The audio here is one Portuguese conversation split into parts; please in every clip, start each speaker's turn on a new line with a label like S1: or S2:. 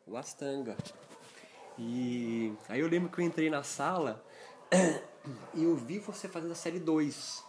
S1: o Astanga. E aí eu lembro que eu entrei na sala e eu vi você fazendo a série 2.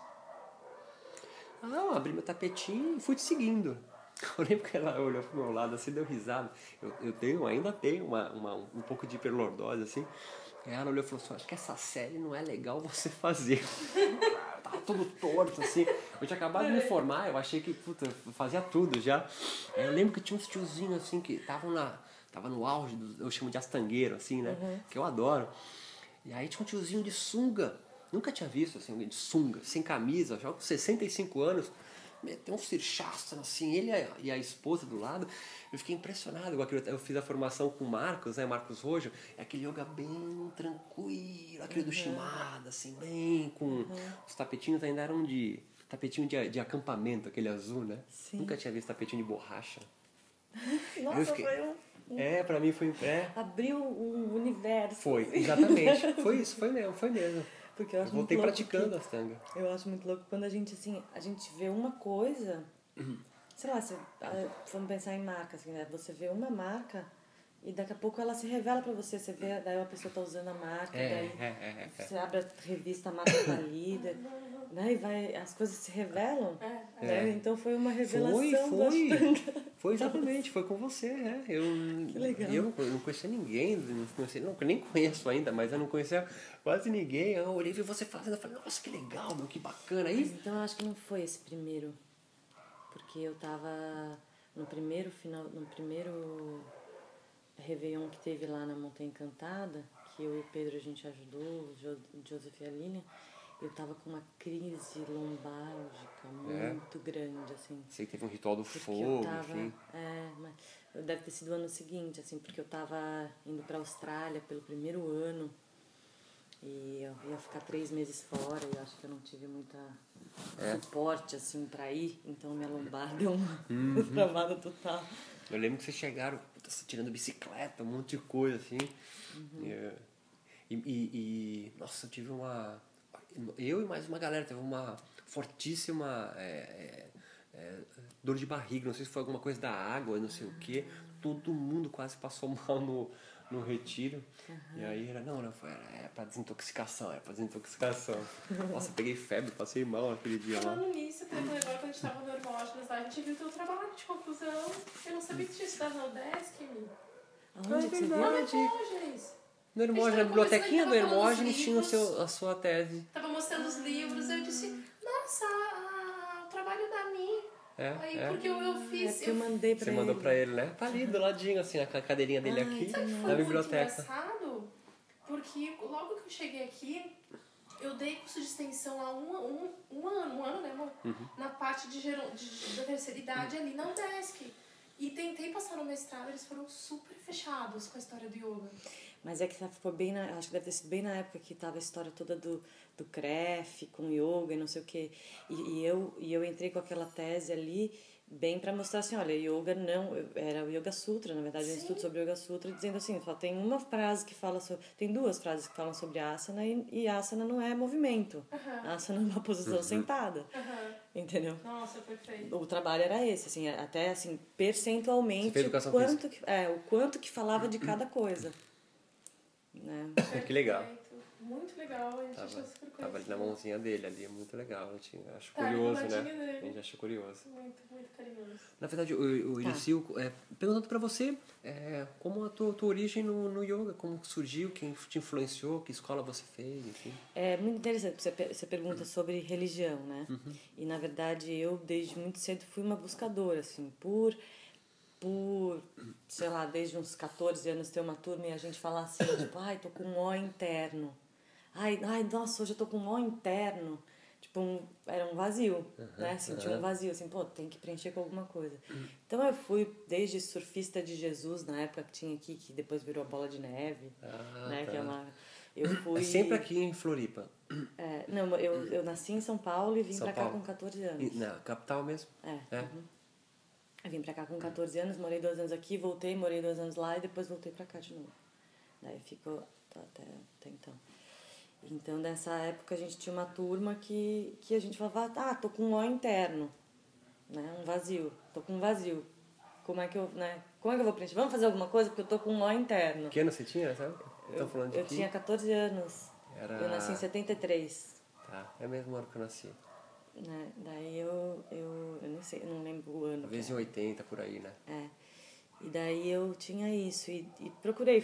S1: Eu abri meu tapetinho e fui te seguindo. Eu lembro que ela olhou pro meu lado assim, deu risada. Ainda tenho um pouco de hiperlordose, assim. Aí ela olhou e falou assim, acho que essa série não é legal você fazer. Tava todo torto, assim. Eu tinha acabado de me formar, eu achei que, puta, eu fazia tudo já. Aí eu lembro que tinha uns tiozinhos, assim, que tava no auge, eu chamo de astangueiro, assim, né? Que eu adoro. E aí tinha um tiozinho de sunga. Nunca tinha visto, assim, alguém de sunga, sem camisa, já com 65 anos. Meteu um circhaço, assim, ele e a esposa do lado. Eu fiquei impressionado. Eu fiz a formação com o Marcos, né? Marcos Rojo. É aquele yoga bem tranquilo, aquele do Shimada, assim, bem com... Os tapetinhos ainda eram tapetinho de acampamento, aquele azul, né?
S2: Sim.
S1: Nunca tinha visto tapetinho de borracha.
S2: Nossa, foi um...
S1: pra mim foi...
S2: Abriu um universo.
S1: Foi,
S2: assim.
S1: exatamente. Foi isso, foi mesmo.
S2: Porque eu acho
S1: voltei
S2: muito louco
S1: praticando a Astanga.
S2: Eu acho muito louco quando a gente, assim, a gente vê uma coisa... Sei lá, vamos pensar em marca, assim, né? Você vê uma marca e daqui a pouco ela se revela pra você. Você vê, daí a pessoa tá usando a marca, daí você abre a revista, a marca tá lida, né? E as coisas se revelam. Né? Então foi uma revelação da Astanga.
S1: Foi exatamente, foi com você, né?
S2: Que legal.
S1: Eu não conhecia ninguém, nem conheço ainda, mas eu não conhecia quase ninguém. Eu olhei e vi você fazendo, eu falei, nossa, que legal, meu, que bacana. Aí,
S2: Mas então eu acho que não foi esse primeiro, porque eu tava no primeiro Réveillon que teve lá na Montanha Encantada, que eu e o Pedro a gente ajudou, o Joseph e a Lilian. Eu tava com uma crise lombálgica muito grande, assim.
S1: sei que teve um ritual do fogo, enfim.
S2: Mas deve ter sido o ano seguinte, assim, porque eu tava indo pra Austrália pelo primeiro ano e eu ia ficar 3 meses fora e eu acho que eu não tive muita suporte, assim, pra ir. Então minha lombar deu uma travada total.
S1: Eu lembro que vocês chegaram tirando bicicleta, um monte de coisa, assim. Nossa, eu tive eu e mais uma galera teve uma fortíssima dor de barriga, não sei se foi alguma coisa da água, não sei o que. Todo mundo quase passou mal no retiro. E aí era pra desintoxicação, Nossa, peguei febre, passei mal aquele dia lá.
S3: Falando nisso, teve um negócio quando a gente tava no Hermógenes, a gente viu teu trabalho de conclusão. Eu não sabia que tinha estudado na UDESC.
S2: Aonde que você viu?
S3: No Hermógenes.
S1: No Hermógenes, na bibliotequinha do Hermógenes tinha a sua tese.
S3: Tava mostrando os livros, eu disse, nossa, o trabalho da Mi. Porque eu fiz...
S2: porque eu mandei pra
S1: Você
S2: ele.
S1: mandou pra ele, né? Tá ali do ladinho, assim, a cadeirinha dele aqui, na biblioteca.
S3: Foi engraçado, porque logo que eu cheguei aqui, eu dei curso de extensão há um ano, né, amor? Na parte da terceira idade ali na UDESC. E tentei passar no mestrado, eles foram super fechados com a história do yoga.
S2: Mas é que ficou bem acho que deve ter sido bem na época que tava a história toda do CREF, com yoga e não sei o quê. E eu entrei com aquela tese ali bem para mostrar assim, olha, yoga não... Era o Yoga Sutra, na verdade, um estudo sobre o Yoga Sutra, dizendo assim, só tem uma frase que fala sobre... Tem 2 frases que falam sobre asana e asana não é movimento. Asana é uma posição sentada. Entendeu?
S3: Nossa, perfeito.
S2: O trabalho era esse, assim, até assim, percentualmente, o quanto que falava de cada coisa. Né?
S1: Que legal.
S3: Muito legal, a gente achou super curioso.
S1: Tava ali na mãozinha dele, ali, muito legal. Acho curioso, né?
S3: Dele.
S1: A gente achou curioso.
S3: Muito, muito carinhoso.
S1: Na verdade, o Inicio, perguntando pra você, como a tua origem no yoga, como surgiu, quem te influenciou, que escola você fez, enfim.
S2: É muito interessante, você pergunta sobre religião, né? E, na verdade, eu, desde muito cedo, fui uma buscadora, assim, por sei lá, desde uns 14 anos ter uma turma e a gente falar assim, tipo, ai, tô com um ó interno. Ai, nossa, hoje eu tô com um ó interno. Tipo, era um vazio, né? Senti um vazio, assim, pô, tem que preencher com alguma coisa. Então eu fui desde surfista de Jesus, na época que tinha aqui, que depois virou a Bola de Neve, né?
S1: Tá.
S2: Que é uma... Eu fui...
S1: sempre aqui em Floripa.
S2: Não, eu nasci em São Paulo e vim
S1: São
S2: pra cá
S1: Paulo.
S2: com 14 anos.
S1: Na capital mesmo?
S2: Eu vim pra cá com 14 anos, morei 2 anos aqui, voltei, morei 2 anos lá e depois voltei pra cá de novo. Daí ficou até então. Então, nessa época, a gente tinha uma turma que a gente falava, tô com um ó interno, né? Um vazio, tô com um vazio. Como é que eu, né? como é que eu vou preencher? Vamos fazer alguma coisa? Porque eu tô com um nó interno.
S1: Que ano você tinha, sabe? Falando de
S2: Eu tinha 14 anos. Eu nasci em 73.
S1: Tá, é o mesmo ano que eu nasci.
S2: Né? Daí eu nem sei, eu não lembro o ano.
S1: Talvez em 80, por aí, né?
S2: E daí eu tinha isso. E procurei.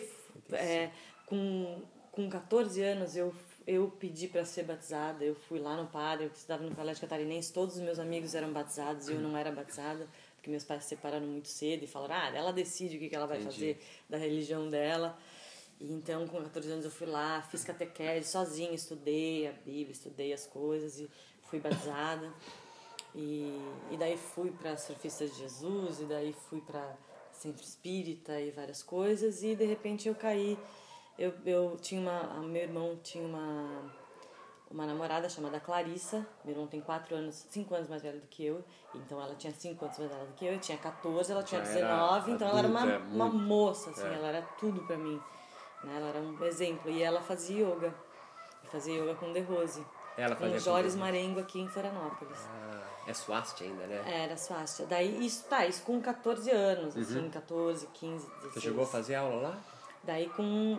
S2: Com 14 anos eu pedi para ser batizada. Eu fui lá no padre, eu estudava no colégio catarinense. Todos os meus amigos eram batizados e eu não era batizada. Porque meus pais se separaram muito cedo e falaram, ela decide o que ela vai fazer da religião dela. E então, com 14 anos, eu fui lá, fiz catequese sozinha, estudei a Bíblia, estudei as coisas e fui batizada. E daí fui para Surfistas de Jesus, e daí fui para Centro Espírita e várias coisas. E de repente eu caí. Eu tinha meu irmão tinha uma namorada chamada Clarissa. Meu irmão tem 5 anos mais velho do que eu. Então ela tinha 5 anos mais velha do que eu tinha 14, ela tinha 19. Então ela era uma moça, assim, ela era tudo pra mim. Né? Ela era um exemplo. E ela fazia yoga. Eu fazia yoga com De Rose. Com o Joris Marengo aqui em Florianópolis.
S1: É Swastika ainda, né?
S2: Era Swastika. Daí, isso com 14 anos, assim, 14, 15, 16.
S1: Você chegou a fazer aula lá?
S2: Daí, com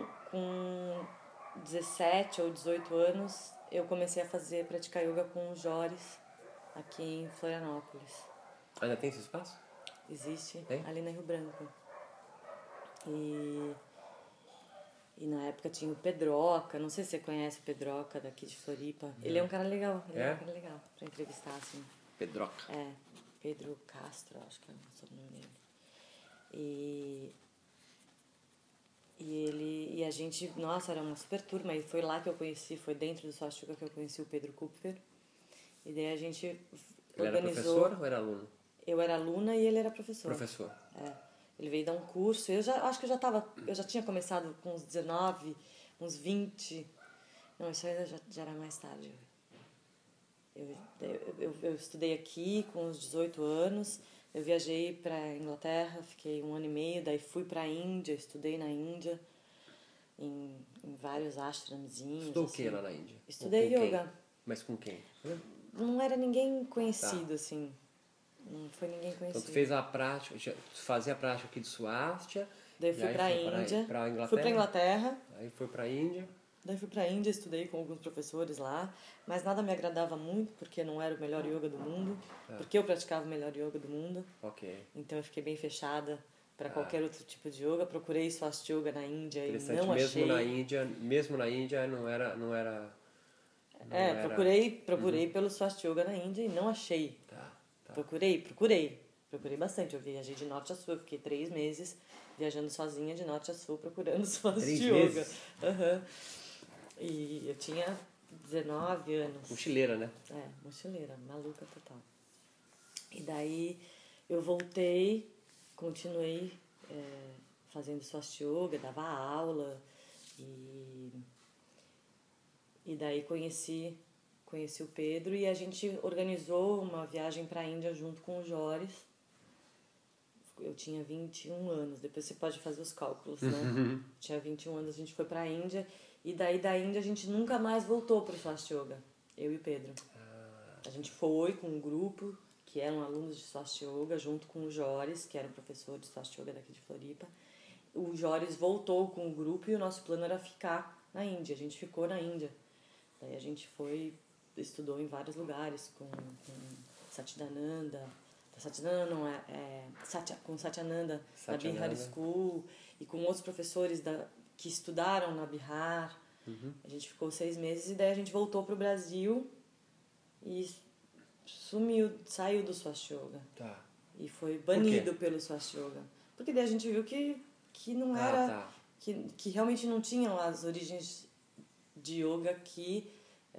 S2: 17 ou 18 anos, eu comecei a praticar yoga com o Joris aqui em Florianópolis.
S1: Ainda tem esse espaço?
S2: Existe, ali na Rio Branco. E na época tinha o Pedroca, não sei se você conhece o Pedroca daqui de Floripa. Ele é um cara legal, é um cara legal pra entrevistar, assim.
S1: Pedroca.
S2: Pedro Castro, acho que é o sobrenome dele. E a gente, nossa, era uma super turma. E foi lá que eu conheci, foi dentro do Swastika que eu conheci o Pedro Kupfer. E daí a gente
S1: Ele
S2: organizou...
S1: era professor ou era aluno?
S2: Eu era aluna e ele era professor.
S1: Professor.
S2: Ele veio dar um curso. Eu acho que eu já tinha começado com uns 19, uns 20. Não, isso aí já era mais tarde. Eu estudei aqui com uns 18 anos. Eu viajei para Inglaterra, fiquei 1 ano e meio. Daí fui para a Índia, estudei na Índia, em vários ashramzinhos.
S1: Estudou
S2: assim.
S1: o que lá na Índia?
S2: Estudei yoga.
S1: Quem? Mas com quem?
S2: Não era ninguém conhecido, assim. Não foi ninguém conhecido.
S1: Então tu fez a prática, fazia a prática aqui de Swastika.
S2: Daí fui pra Índia.
S1: Pra Inglaterra.
S2: Fui pra Inglaterra.
S1: Aí foi pra Índia.
S2: Daí fui pra Índia, estudei com alguns professores lá. Mas nada me agradava muito, porque não era o melhor yoga do mundo. Porque eu praticava o melhor yoga do mundo.
S1: Ok.
S2: Então eu fiquei bem fechada para qualquer outro tipo de yoga. Procurei Swastika Yoga na Índia e não achei.
S1: Mesmo na Índia não era
S2: procurei pelo Swastika Yoga na Índia e não achei.
S1: Tá.
S2: Procurei bastante. Eu viajei de norte a sul, eu fiquei 3 meses viajando sozinha de norte a sul procurando Swastika Yoga. E eu tinha 19 anos.
S1: Mochileira, né?
S2: Mochileira, maluca total. E daí eu voltei, continuei fazendo Swastika Yoga, dava aula e daí conheci o Pedro e a gente organizou uma viagem para a Índia junto com o Joris. Eu tinha 21 anos, depois você pode fazer os cálculos, né? Tinha 21 anos, a gente foi para a Índia e daí da Índia a gente nunca mais voltou para o Swastika Yoga, eu e o Pedro. A gente foi com um grupo que eram alunos de Swastika Yoga junto com o Joris, que era um professor de Swastika Yoga daqui de Floripa. O Joris voltou com o grupo e o nosso plano era ficar na Índia, a gente ficou na Índia. Daí a gente estudou em vários lugares com Satyananda. Satyananda não com Satyananda da Bihar School e com outros professores que estudaram na Bihar. A gente ficou 6 meses e daí a gente voltou pro Brasil e saiu do Swastika Yoga.
S1: Tá.
S2: E foi banido pelo Swastika Yoga. Porque daí a gente viu que não era... Que realmente não tinham as origens de yoga que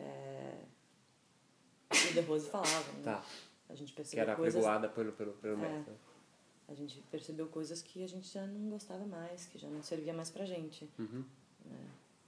S2: o De Rose falava. Né?
S1: Tá.
S2: A gente percebeu
S1: que era apregoada pelo mestre.
S2: A gente percebeu coisas que a gente já não gostava mais, que já não servia mais pra gente. Né?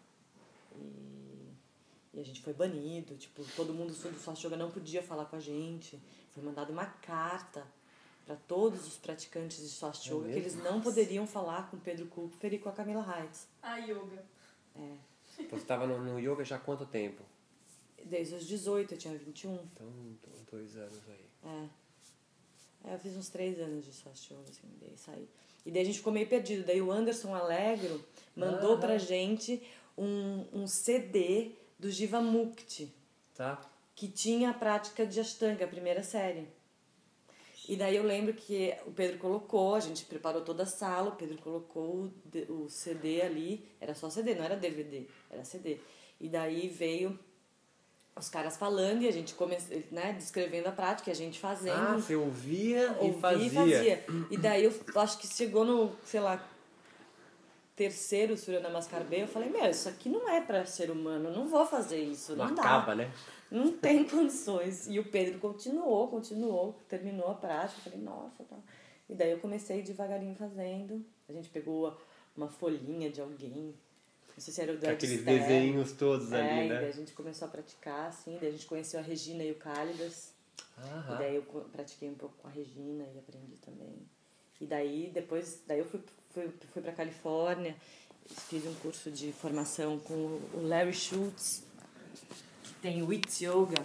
S2: E a gente foi banido, tipo, todo mundo do Swastika Yoga não podia falar com a gente. Foi mandada uma carta para todos os praticantes de Swastika Yoga que eles não poderiam falar com o Pedro Kupfer e com a Camila Heitz.
S3: A yoga.
S1: Então você estava no yoga já há quanto tempo?
S2: Desde os 18, eu tinha 21.
S1: Então, 2 anos aí.
S2: Eu fiz uns 3 anos de Swastika Yoga, assim, daí saí. E daí a gente ficou meio perdido. Daí o Anderson Allegro mandou pra gente um CD do Jivamukti, que tinha a prática de Ashtanga, a primeira série. E daí eu lembro que o Pedro colocou, a gente preparou toda a sala, o Pedro colocou o CD ali, era só CD, não era DVD, era CD. E daí veio os caras falando e a gente começou, né, descrevendo a prática, e a gente fazendo.
S1: Você ouvia e fazia.
S2: E daí eu acho que chegou no, sei lá, terceiro Surya Namaskar B, eu falei, isso aqui não é pra ser humano, eu não vou fazer isso, não dá.
S1: Acaba, né?
S2: Não tem condições. E o Pedro continuou, terminou a prática, eu falei, nossa, tá. E daí eu comecei devagarinho fazendo, a gente pegou uma folhinha de alguém, não sei se era o do
S1: aqueles desenhos todos ali, né?
S2: E daí a gente começou a praticar, assim, daí a gente conheceu a Regina e o Cálidas. E daí eu pratiquei um pouco com a Regina e aprendi também. E daí, depois, eu fui pra Califórnia, fiz um curso de formação com o Larry Schultz, que tem o It's Yoga.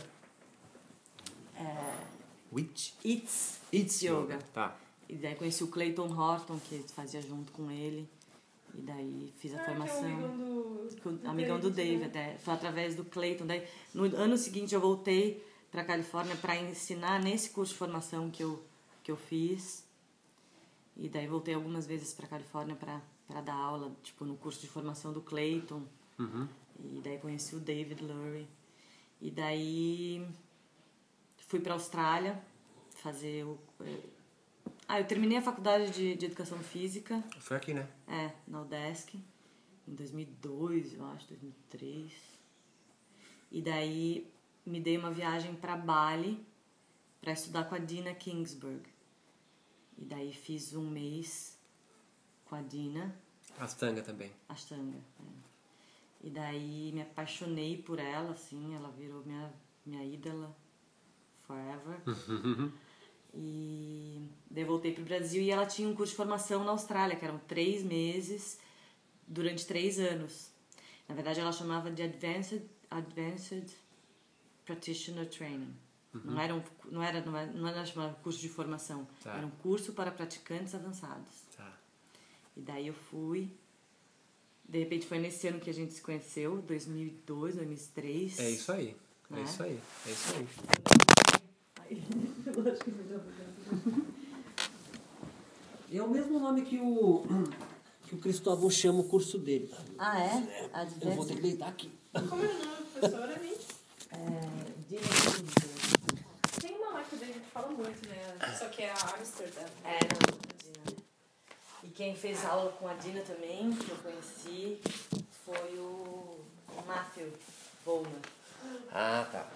S2: It's Yoga.
S1: Tá.
S2: E daí conheci o Clayton Horton, que fazia junto com ele. E daí fiz a formação.
S3: Que é o
S2: amigão do David, né? Foi através do Clayton. Daí, no ano seguinte eu voltei pra Califórnia para ensinar nesse curso de formação que eu fiz. E daí voltei algumas vezes pra Califórnia para dar aula, tipo, no curso de formação do Clayton. E daí conheci o David Lurie. E daí fui pra Austrália fazer o... eu terminei a faculdade de Educação Física.
S1: Foi aqui, né?
S2: Na UDESC, em 2002, eu acho, 2003. E daí me dei uma viagem pra Bali para estudar com a Dina Kingsburg. E daí fiz um mês com a Dina.
S1: Ashtanga também.
S2: Ashtanga, E daí me apaixonei por ela, assim, ela virou minha ídola forever. E daí voltei pro Brasil e ela tinha um curso de formação na Austrália, que eram 3 meses, durante 3 anos. Na verdade, ela chamava de Advanced Practitioner Training. Não era chamado curso de formação. Era um curso para praticantes avançados. E daí eu fui. De repente foi nesse ano que a gente se conheceu, 2002, 2003.
S1: É isso aí. É isso aí.
S4: É o mesmo nome que o Cristóvão chama o curso dele.
S2: Ah, é?
S4: Eu vou ter que deitar aqui.
S3: Como é o nome, professora?
S2: Dina.
S3: Tem uma lá que o David fala muito, né? Só que é a Amsterdã.
S2: Dina. E quem fez aula com a Dina também, que eu conheci, foi o Matthew Bowman.
S1: Tá.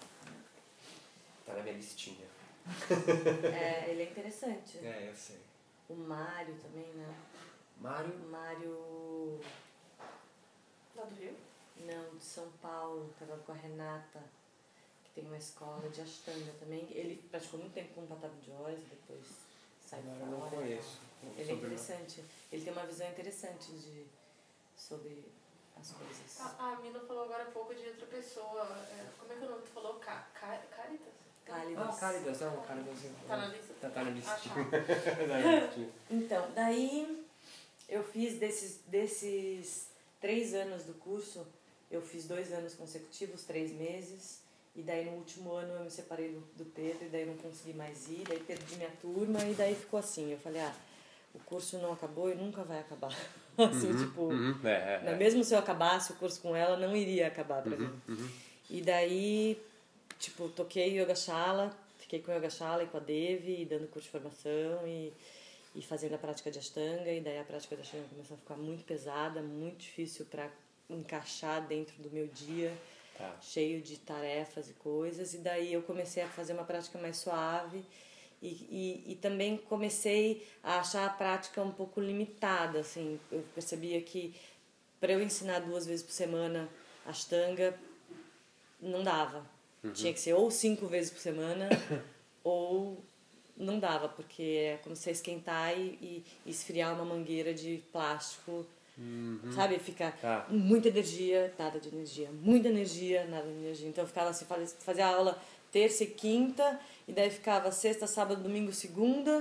S1: Tá na minha listinha.
S2: Ele é interessante.
S1: Eu sei.
S2: O Mário também, né? Mário...
S3: Lá do Rio?
S2: Não, de São Paulo, tava com a Renata, que tem uma escola de Ashtanga também. Ele praticou muito tempo com o Patabi Joyce, depois saiu fora.
S1: Eu não conheço.
S2: Ele é interessante. Ele tem uma visão interessante sobre as coisas.
S3: A Mina falou agora há pouco de outra pessoa. Como é que é o nome que tu falou? Cálidas?
S1: Cálidas, não, Cálidas.
S3: Tá na lista?
S1: Tá na listinha.
S2: Então, daí eu fiz desses 3 anos do curso, eu fiz 2 anos consecutivos, 3 meses. E daí no último ano eu me separei do Pedro, e daí não consegui mais ir, daí perdi minha turma, e daí ficou assim. Eu falei, o curso não acabou e nunca vai acabar. Assim, mesmo se eu acabasse o curso com ela, não iria acabar pra mim. E daí, toquei Yogashala, fiquei com o Yogashala e com a Devi, dando curso de formação e fazendo a prática de Ashtanga. E daí a prática de Ashtanga começou a ficar muito pesada, muito difícil para encaixar dentro do meu dia, cheio de tarefas e coisas. E daí eu comecei a fazer uma prática mais suave. E também comecei a achar a prática um pouco limitada, assim. Eu percebia que para eu ensinar 2 vezes por semana Ashtanga, não dava. Tinha que ser ou 5 vezes por semana, ou não dava, porque é como se você esquentar e esfriar uma mangueira de plástico, sabe? Fica muita energia, nada de energia, muita energia, nada de energia. Então eu ficava assim, fazia aula terça e quinta, e daí ficava sexta, sábado, domingo, segunda,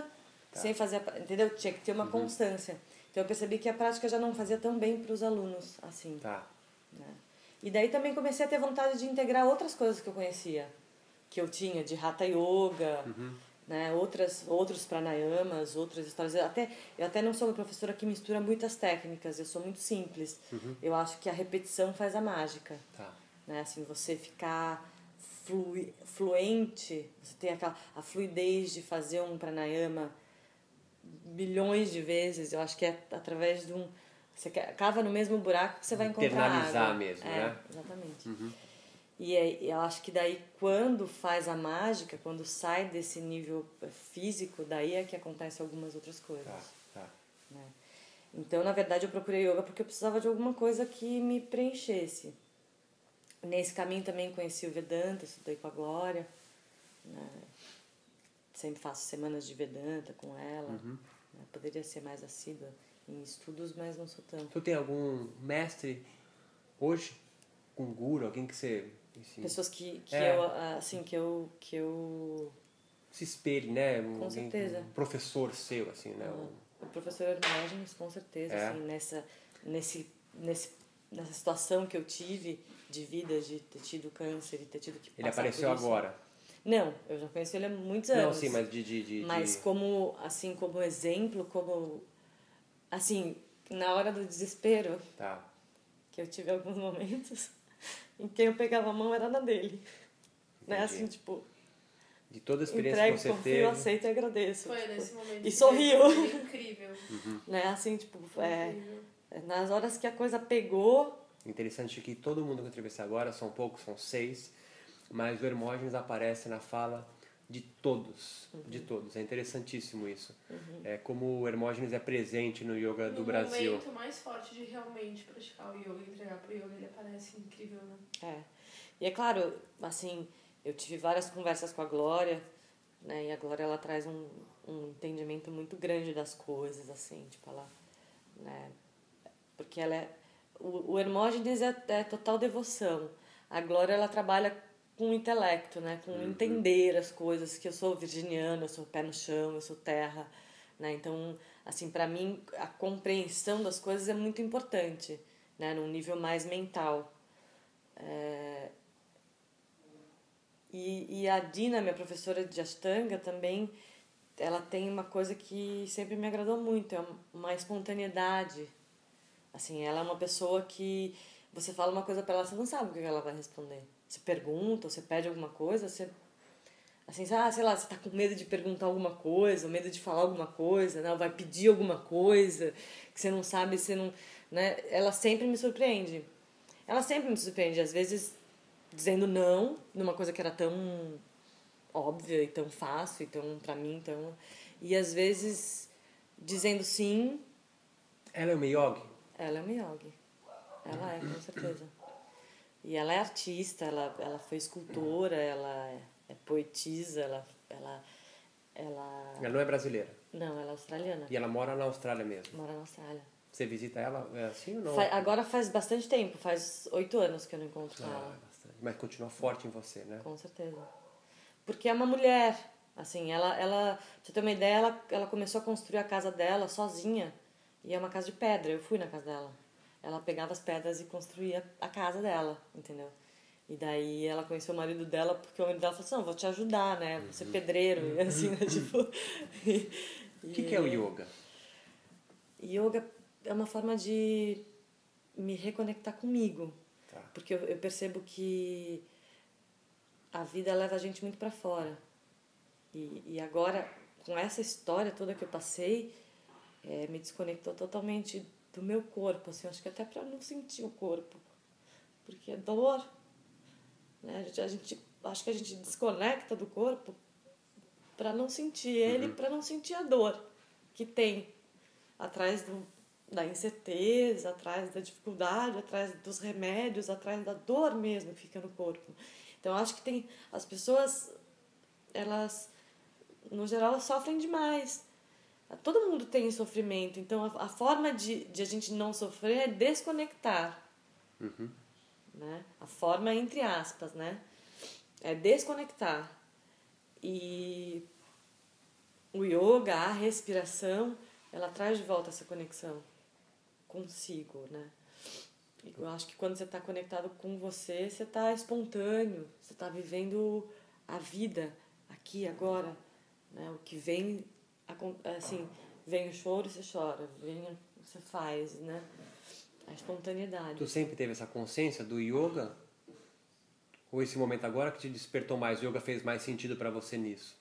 S2: sem fazer, entendeu? Tinha que ter uma constância. Então eu percebi que a prática já não fazia tão bem para os alunos, assim.
S1: Tá.
S2: Né? E daí também comecei a ter vontade de integrar outras coisas que eu conhecia, que eu tinha, de Hatha Yoga, né? Outros pranayamas, outras histórias. Eu até não sou uma professora que mistura muitas técnicas, eu sou muito simples. Eu acho que a repetição faz a mágica.
S1: Tá.
S2: Né? Assim, você ficar fluente, você tem a fluidez de fazer um pranayama milhões de vezes. Eu acho que é através de você cava no mesmo buraco que você vai encontrar
S1: Internalizar
S2: água.
S1: mesmo, né?
S2: Exatamente. E eu acho que daí, quando faz a mágica, quando sai desse nível físico, daí é que acontecem algumas outras coisas.
S1: Tá.
S2: Né? Então, na verdade, eu procurei yoga porque eu precisava de alguma coisa que me preenchesse. Nesse caminho também conheci o Vedanta, estudei com a Glória. Né? Sempre faço semanas de Vedanta com ela. Né? Poderia ser mais assídua em estudos, mas não sou tanto.
S1: Tu tem algum mestre hoje? Um guru, alguém que você... Enfim,
S2: pessoas que eu
S1: se espelhe, né?
S2: Com certeza.
S1: Um professor seu, assim, né?
S2: O professor Hermógenes, com certeza, assim, nessa situação que eu tive de vida, de ter tido câncer e ter tido que passar.
S1: Ele apareceu
S2: por isso.
S1: agora?
S2: Não, eu já conheci ele há muitos anos.
S1: Não, sim, mas
S2: Mas como, assim, como exemplo, como... Assim, na hora do desespero,
S1: Tá.
S2: que eu tive alguns momentos, em quem eu pegava a mão era na dele. Né? Assim, tipo...
S1: De toda a experiência
S2: entrego,
S1: que você
S2: confio,
S1: teve.
S2: aceito e agradeço.
S3: Foi
S2: tipo,
S3: nesse momento.
S2: E sorriu.
S3: Foi incrível.
S2: Né? Assim, tipo, nas horas que a coisa pegou...
S1: Interessante que todo mundo que eu entrevistei agora, são poucos, são 6, mas o Hermógenes aparece na fala de todos, de todos. É interessantíssimo isso. É como o Hermógenes é presente no yoga do Brasil.
S3: No momento mais forte de realmente praticar o yoga e entregar pro yoga, ele aparece incrível, né?
S2: E é claro, assim, eu tive várias conversas com a Glória, né? E a Glória, ela traz um entendimento muito grande das coisas, assim, tipo, ela... Né? Porque ela é... O Hermógenes é total devoção. A Glória, ela trabalha com o intelecto, né? Com entender as coisas, que eu sou virginiana, eu sou pé no chão, eu sou terra, né? Então, assim, para mim, a compreensão das coisas é muito importante, né? Num nível mais mental. E a Dina, minha professora de Ashtanga, também, ela tem uma coisa que sempre me agradou muito, é uma espontaneidade. Assim, ela é uma pessoa que você fala uma coisa para ela, você não sabe o que ela vai responder. Você pergunta, você pede alguma coisa, você... Assim, sei lá, você tá com medo de perguntar alguma coisa, medo de falar alguma coisa, né? Ou vai pedir alguma coisa que você não sabe, você não... Né? Ela sempre me surpreende. Ela sempre me surpreende, às vezes dizendo não numa coisa que era tão óbvia e tão fácil, então para mim, tão... E às vezes dizendo sim.
S1: Ela é uma yogi?
S2: Ela é uma yogi. Ela é, com certeza. E ela é artista, ela foi escultora, ela é poetisa, ela
S1: não é brasileira?
S2: Não, ela é australiana.
S1: E ela mora na Austrália mesmo?
S2: Mora na Austrália.
S1: Você visita ela assim ou não?
S2: Agora faz bastante tempo, faz 8 anos que eu não encontro com ela.
S1: Bastante. Mas continua forte em você, né?
S2: Com certeza. Porque é uma mulher, assim, ela pra você ter uma ideia, ela começou a construir a casa dela sozinha, e é uma casa de pedra, eu fui na casa dela. Ela pegava as pedras e construía a casa dela, entendeu? E daí ela conheceu o marido dela, porque o marido dela falou assim, não, vou te ajudar, né? Vou ser pedreiro, e assim, né? Tipo...
S1: O que é o yoga?
S2: Yoga é uma forma de me reconectar comigo.
S1: Tá.
S2: Porque eu percebo que a vida leva a gente muito pra fora. E agora, com essa história toda que eu passei, me desconectou totalmente do meu corpo, assim, acho que até para não sentir o corpo, porque é dor, né? Acho que a gente desconecta do corpo para não sentir ele, para não sentir a dor que tem atrás da incerteza, atrás da dificuldade, atrás dos remédios, atrás da dor mesmo que fica no corpo. Então acho que as pessoas, elas no geral sofrem demais. Todo mundo tem sofrimento, então a forma de a gente não sofrer é desconectar. Né? A forma entre aspas, né? É desconectar. E o yoga, a respiração, ela traz de volta essa conexão consigo, né? Eu acho que quando você está conectado com você, você está espontâneo, você está vivendo a vida aqui, agora, né? O que vem, assim, vem o choro, você chora, você faz, né? A espontaneidade.
S1: Tu sempre teve essa consciência do yoga? Ou esse momento agora que te despertou mais? O yoga fez mais sentido para você nisso?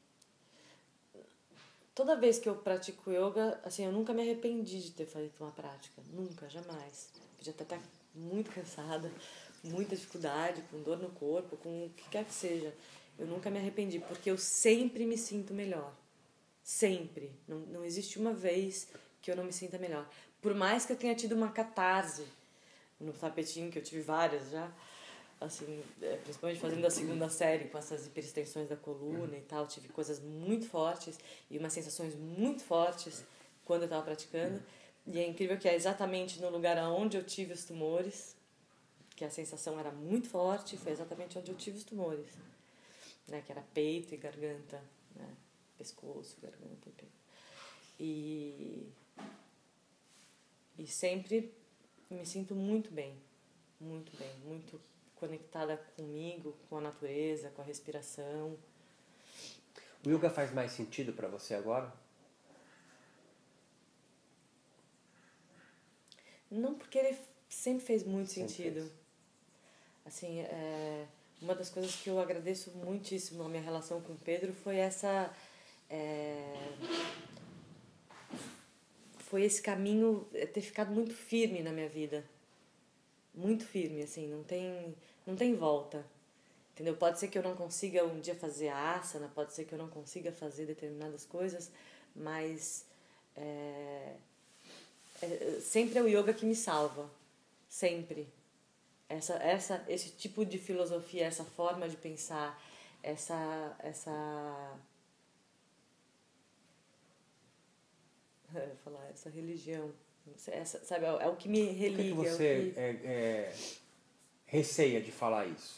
S2: Toda vez que eu pratico yoga, assim, eu nunca me arrependi de ter feito uma prática. Nunca, jamais. Podia até estar muito cansada, muita dificuldade, com dor no corpo, com o que quer que seja. Eu nunca me arrependi, porque eu sempre me sinto melhor. Sempre. Não existe uma vez que eu não me sinta melhor. Por mais que eu tenha tido uma catarse no tapetinho, que eu tive várias já, assim, principalmente fazendo a segunda série com essas hiperextensões da coluna e tal, tive coisas muito fortes e umas sensações muito fortes quando eu estava praticando. E é incrível que é exatamente no lugar onde eu tive os tumores, que a sensação era muito forte, foi exatamente onde eu tive os tumores, né, que era peito e garganta, né, pescoço, garganta e peito. E sempre me sinto muito bem, muito conectada comigo, com a natureza, com a respiração.
S1: O yoga faz mais sentido para você agora?
S2: Não, porque ele sempre fez muito sentido.
S1: Fez.
S2: Assim, uma das coisas que eu agradeço muitíssimo na minha relação com o Pedro foi foi esse caminho ter ficado muito firme na minha vida. Muito firme, assim, não tem volta. Entendeu? Pode ser que eu não consiga um dia fazer a asana, pode ser que eu não consiga fazer determinadas coisas, mas sempre é o yoga que me salva. Sempre. Esse tipo de filosofia, essa forma de pensar, essa religião, sabe, é o que me religa.
S1: Por que você receia de falar isso?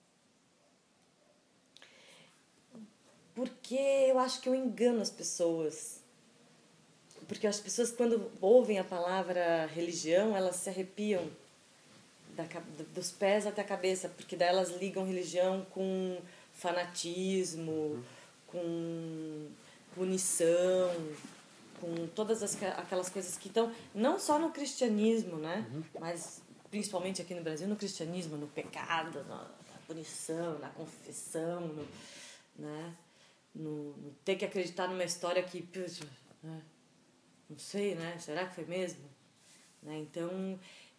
S2: Porque eu acho que eu engano as pessoas. Porque as pessoas, quando ouvem a palavra religião, elas se arrepiam dos pés até a cabeça, porque daí elas ligam religião com fanatismo, com punição, com todas aquelas coisas que estão não só no cristianismo, né? Mas principalmente aqui no Brasil, no cristianismo, no pecado, na punição, na confissão, né? No ter que acreditar numa história que, né? Não sei, né? Será que foi mesmo? Né? Então,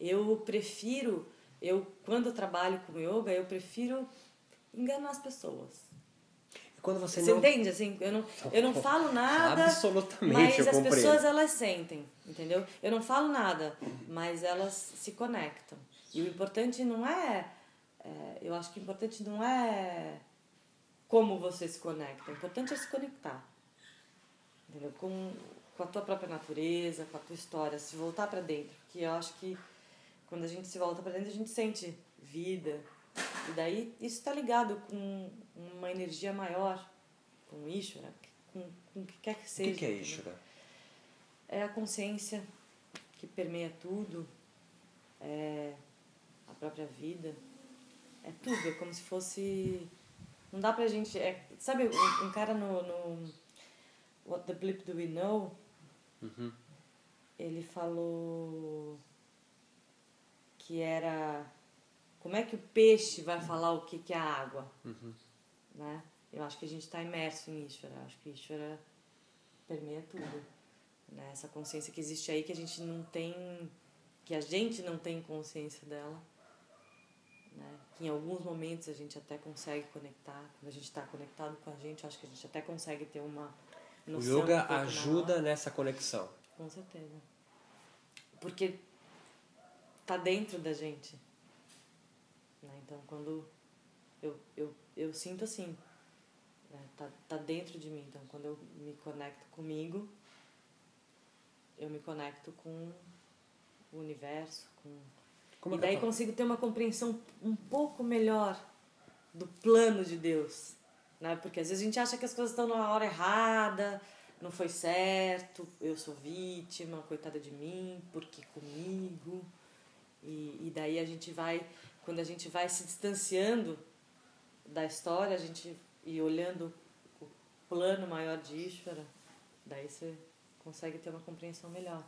S2: quando eu trabalho com yoga, eu prefiro enganar as pessoas.
S1: Quando você
S2: entende? Assim, eu não falo nada,
S1: absolutamente,
S2: mas as pessoas, elas sentem, entendeu? Eu não falo nada, mas elas se conectam. E o importante não eu acho que o importante não é como você se conecta, o importante é se conectar, entendeu? Com a tua própria natureza, com a tua história, se voltar para dentro, porque eu acho que quando a gente se volta para dentro, a gente sente vida, e daí isso está ligado com uma energia maior, com Ishvara, com o que quer que seja.
S1: O que é Ishvara?
S2: É a consciência que permeia tudo, é a própria vida, é tudo, é como se fosse... Não dá pra gente... sabe, um cara no What the Bleep Do We Know? Ele falou que era... Como é que o peixe vai falar o que é a água? Né? Eu acho que a gente está imerso em Ishvara. Eu acho que Ishvara permeia tudo. Né? Essa consciência que existe aí, que a gente não tem consciência dela. Né? Que em alguns momentos a gente até consegue conectar. Quando a gente está conectado com a gente, eu acho que a gente até consegue ter uma noção.
S1: O yoga ajuda nessa conexão.
S2: Com certeza. Porque tá dentro da gente. Né? Então, quando eu sinto assim, né? Tá dentro de mim. Então, quando eu me conecto comigo, eu me conecto com o universo, e daí consigo ter uma compreensão um pouco melhor do plano de Deus, né? Porque às vezes a gente acha que as coisas estão na hora errada, não foi certo, eu sou vítima, coitada de mim, porque comigo. E daí a gente vai, quando a gente vai se distanciando da história, a gente e olhando o plano maior de Ishvara, daí você consegue ter uma compreensão melhor.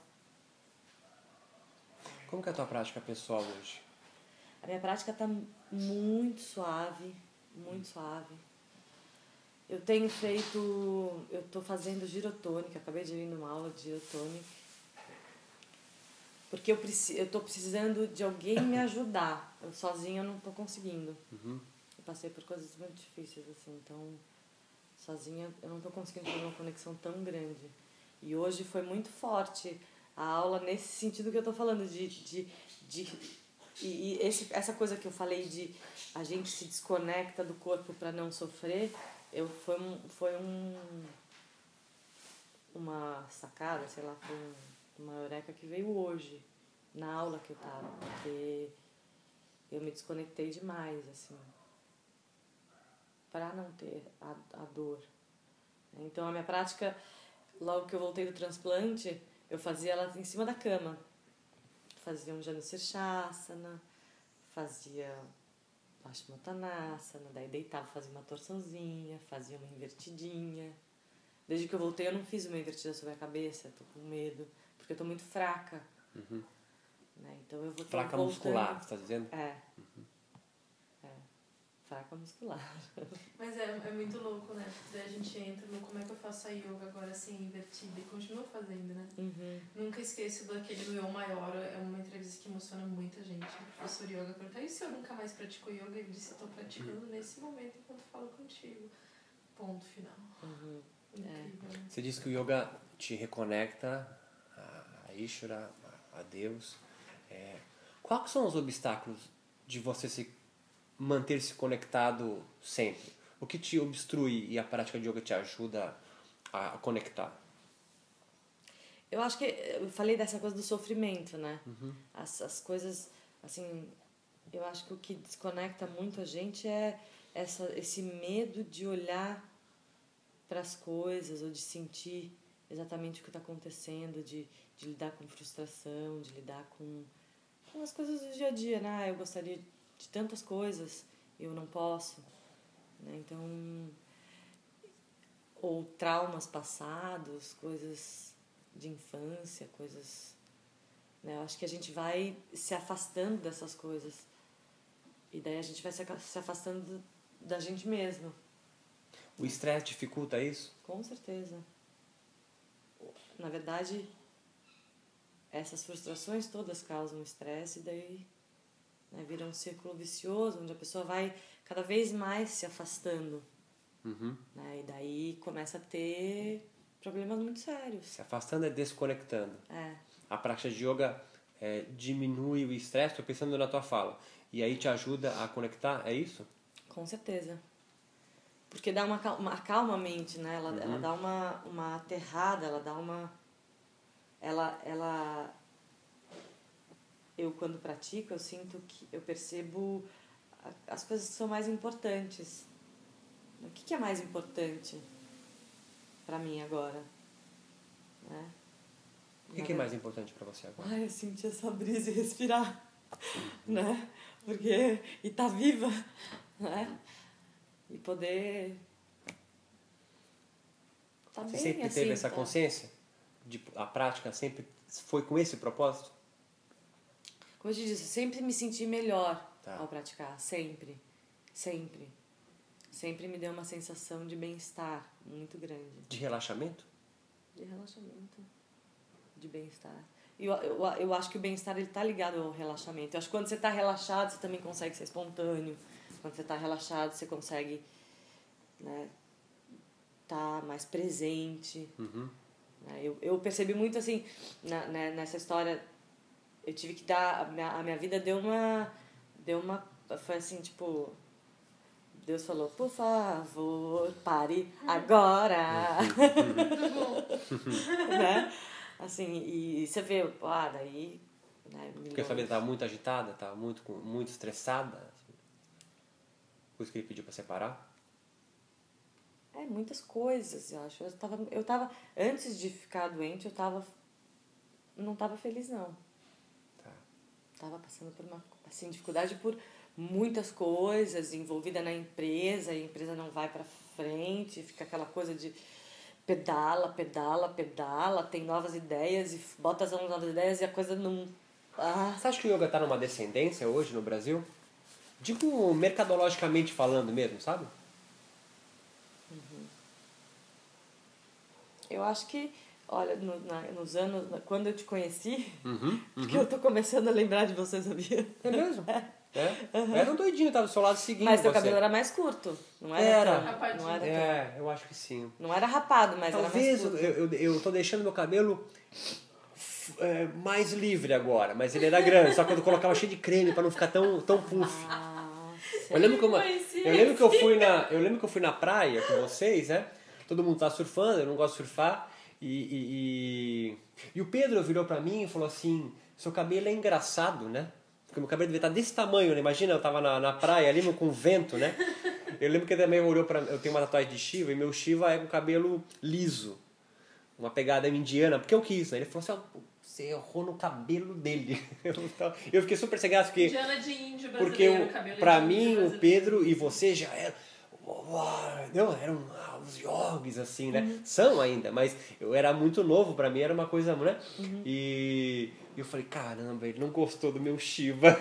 S1: Como que é a tua prática pessoal hoje?
S2: A minha prática está muito suave, muito suave. Eu tenho feito, eu estou fazendo girotônica, acabei de ir numa aula de girotônica, porque eu estou precisando de alguém me ajudar. Eu sozinha não estou conseguindo.
S1: Uhum.
S2: Eu passei por coisas muito difíceis, assim, então sozinha eu não estou conseguindo fazer uma conexão tão grande. E hoje foi muito forte a aula nesse sentido que eu estou falando, essa coisa que eu falei de a gente se desconecta do corpo para não sofrer, foi uma sacada, sei lá, foi uma eureka que veio hoje, na aula que eu tava, porque eu me desconectei demais, assim, para não ter a dor. Então a minha prática, logo que eu voltei do transplante, eu fazia ela em cima da cama. Fazia um Janushirshasana, fazia Paschimottanasana, daí deitava, fazia uma torçãozinha, fazia uma invertidinha. Desde que eu voltei eu não fiz uma invertida sobre a cabeça, tô com medo, porque eu tô muito fraca.
S1: Uhum.
S2: Né? Então eu vou
S1: fraca
S2: voltando.
S1: muscular, você tá dizendo?
S2: É. Fraca muscular.
S3: Mas é muito louco, né? Daí a gente entra no como é que eu faço a yoga agora assim, invertida, e continuo fazendo, né?
S2: Uhum.
S3: Nunca esqueço daquele do Eu Maior, é uma entrevista que emociona muita gente. O professor yoga perguntou, e se eu nunca mais praticou yoga? Ele disse, estou praticando nesse momento enquanto falo contigo. Ponto final.
S2: Uhum.
S3: Incrível. Né?
S1: Você disse que o yoga te reconecta a Ishvara, a Deus. Quais são os obstáculos de você manter-se conectado sempre? O que te obstrui e a prática de yoga te ajuda a conectar?
S2: Eu acho que eu falei dessa coisa do sofrimento, né?
S1: Uhum.
S2: As coisas, assim, eu acho que o que desconecta muito a gente é esse medo de olhar para as coisas ou de sentir exatamente o que está acontecendo, de lidar com frustração, de lidar com as coisas do dia a dia, né? Eu gostaria de tantas coisas, eu não posso, né? Então, ou traumas passados, coisas de infância, coisas, né? Eu acho que a gente vai se afastando dessas coisas e daí a gente vai se afastando da gente mesmo.
S1: O estresse dificulta isso?
S2: Com certeza. Na verdade, essas frustrações todas causam estresse e daí, né, vira um círculo vicioso onde a pessoa vai cada vez mais se afastando.
S1: Uhum.
S2: Né? E daí começa a ter problemas muito sérios.
S1: Se afastando é desconectando.
S2: É.
S1: A prática de yoga diminui o estresse, estou pensando na tua fala, e aí te ajuda a conectar, é isso?
S2: Com certeza. Porque dá acalma a mente, né? Ela dá uma aterrada, ela dá uma... Eu, quando pratico, eu sinto que eu percebo as coisas que são mais importantes. O que é mais importante para mim agora? Né?
S1: O que é mais importante para você agora?
S2: Ai, eu sentir essa brisa e respirar, né? Porque... E tá viva, né? E poder... Tá
S1: Você
S2: bem,
S1: sempre
S2: assim,
S1: teve essa
S2: tá.
S1: consciência? A prática sempre foi com esse propósito?
S2: Como eu te disse, eu sempre me senti melhor
S1: Tá.
S2: ao praticar. Sempre. Sempre. Sempre me deu uma sensação de bem-estar muito grande.
S1: De relaxamento?
S2: De relaxamento. De bem-estar. E eu acho que o bem-estar ele tá ligado ao relaxamento. Eu acho que quando você tá relaxado, você também consegue ser espontâneo. Quando você tá relaxado, você consegue, né, tá mais presente.
S1: Uhum.
S2: Eu percebi muito assim, nessa história, eu tive que dar, a minha vida deu uma, foi assim, tipo, Deus falou, por favor, pare agora. Né? Assim, e você vê, daí... Né,
S1: Porque a sua vida estava muito agitada, estava muito estressada. Por isso que ele pediu para separar?
S2: muitas coisas, eu acho. Eu tava antes de ficar doente, não tava feliz, não.
S1: Tá.
S2: Tava passando por uma, assim, dificuldade por muitas coisas, envolvida na empresa, e a empresa não vai pra frente, fica aquela coisa de pedala, tem novas ideias e bota as novas ideias e a coisa não...
S1: Você acha que o yoga tá numa descendência hoje no Brasil? Digo, mercadologicamente falando mesmo, sabe?
S2: Eu acho que, olha, nos anos... Quando eu te conheci, porque eu tô começando a lembrar de você, sabia?
S1: É mesmo? Era um doidinho, tava do seu lado seguindo
S2: Mas
S1: você.
S2: teu cabelo era mais curto, não era?
S1: Era.
S2: Não era tão,
S1: Eu acho que sim.
S2: não era rapado, mas
S1: Talvez
S2: era mais curto.
S1: eu tô deixando meu cabelo mais livre agora, mas ele era grande, só que eu colocava cheio de creme pra não ficar tão puff. Eu lembro que eu fui na praia com vocês, né? Todo mundo tá surfando, eu não gosto de surfar. E o Pedro virou pra mim e falou assim: seu cabelo é engraçado, né? Porque meu cabelo devia estar desse tamanho, né? Imagina, eu tava na praia ali com vento, né? Eu lembro que ele também olhou pra... Eu tenho uma tatuagem de Shiva e meu Shiva é com cabelo liso. Uma pegada indiana, porque eu quis, né? Ele falou assim: você errou no cabelo dele. Eu fiquei super sem graça, porque...
S3: Indiana de índio
S1: Porque
S3: brasileiro, cabelo
S1: pra
S3: de índio
S1: mim, o
S3: brasileiro.
S1: Pedro e você já eram... Não, eram os yogis, assim, né? São ainda, mas eu era muito novo, pra mim era uma coisa, né? E eu falei, caramba, ele não gostou do meu Shiva.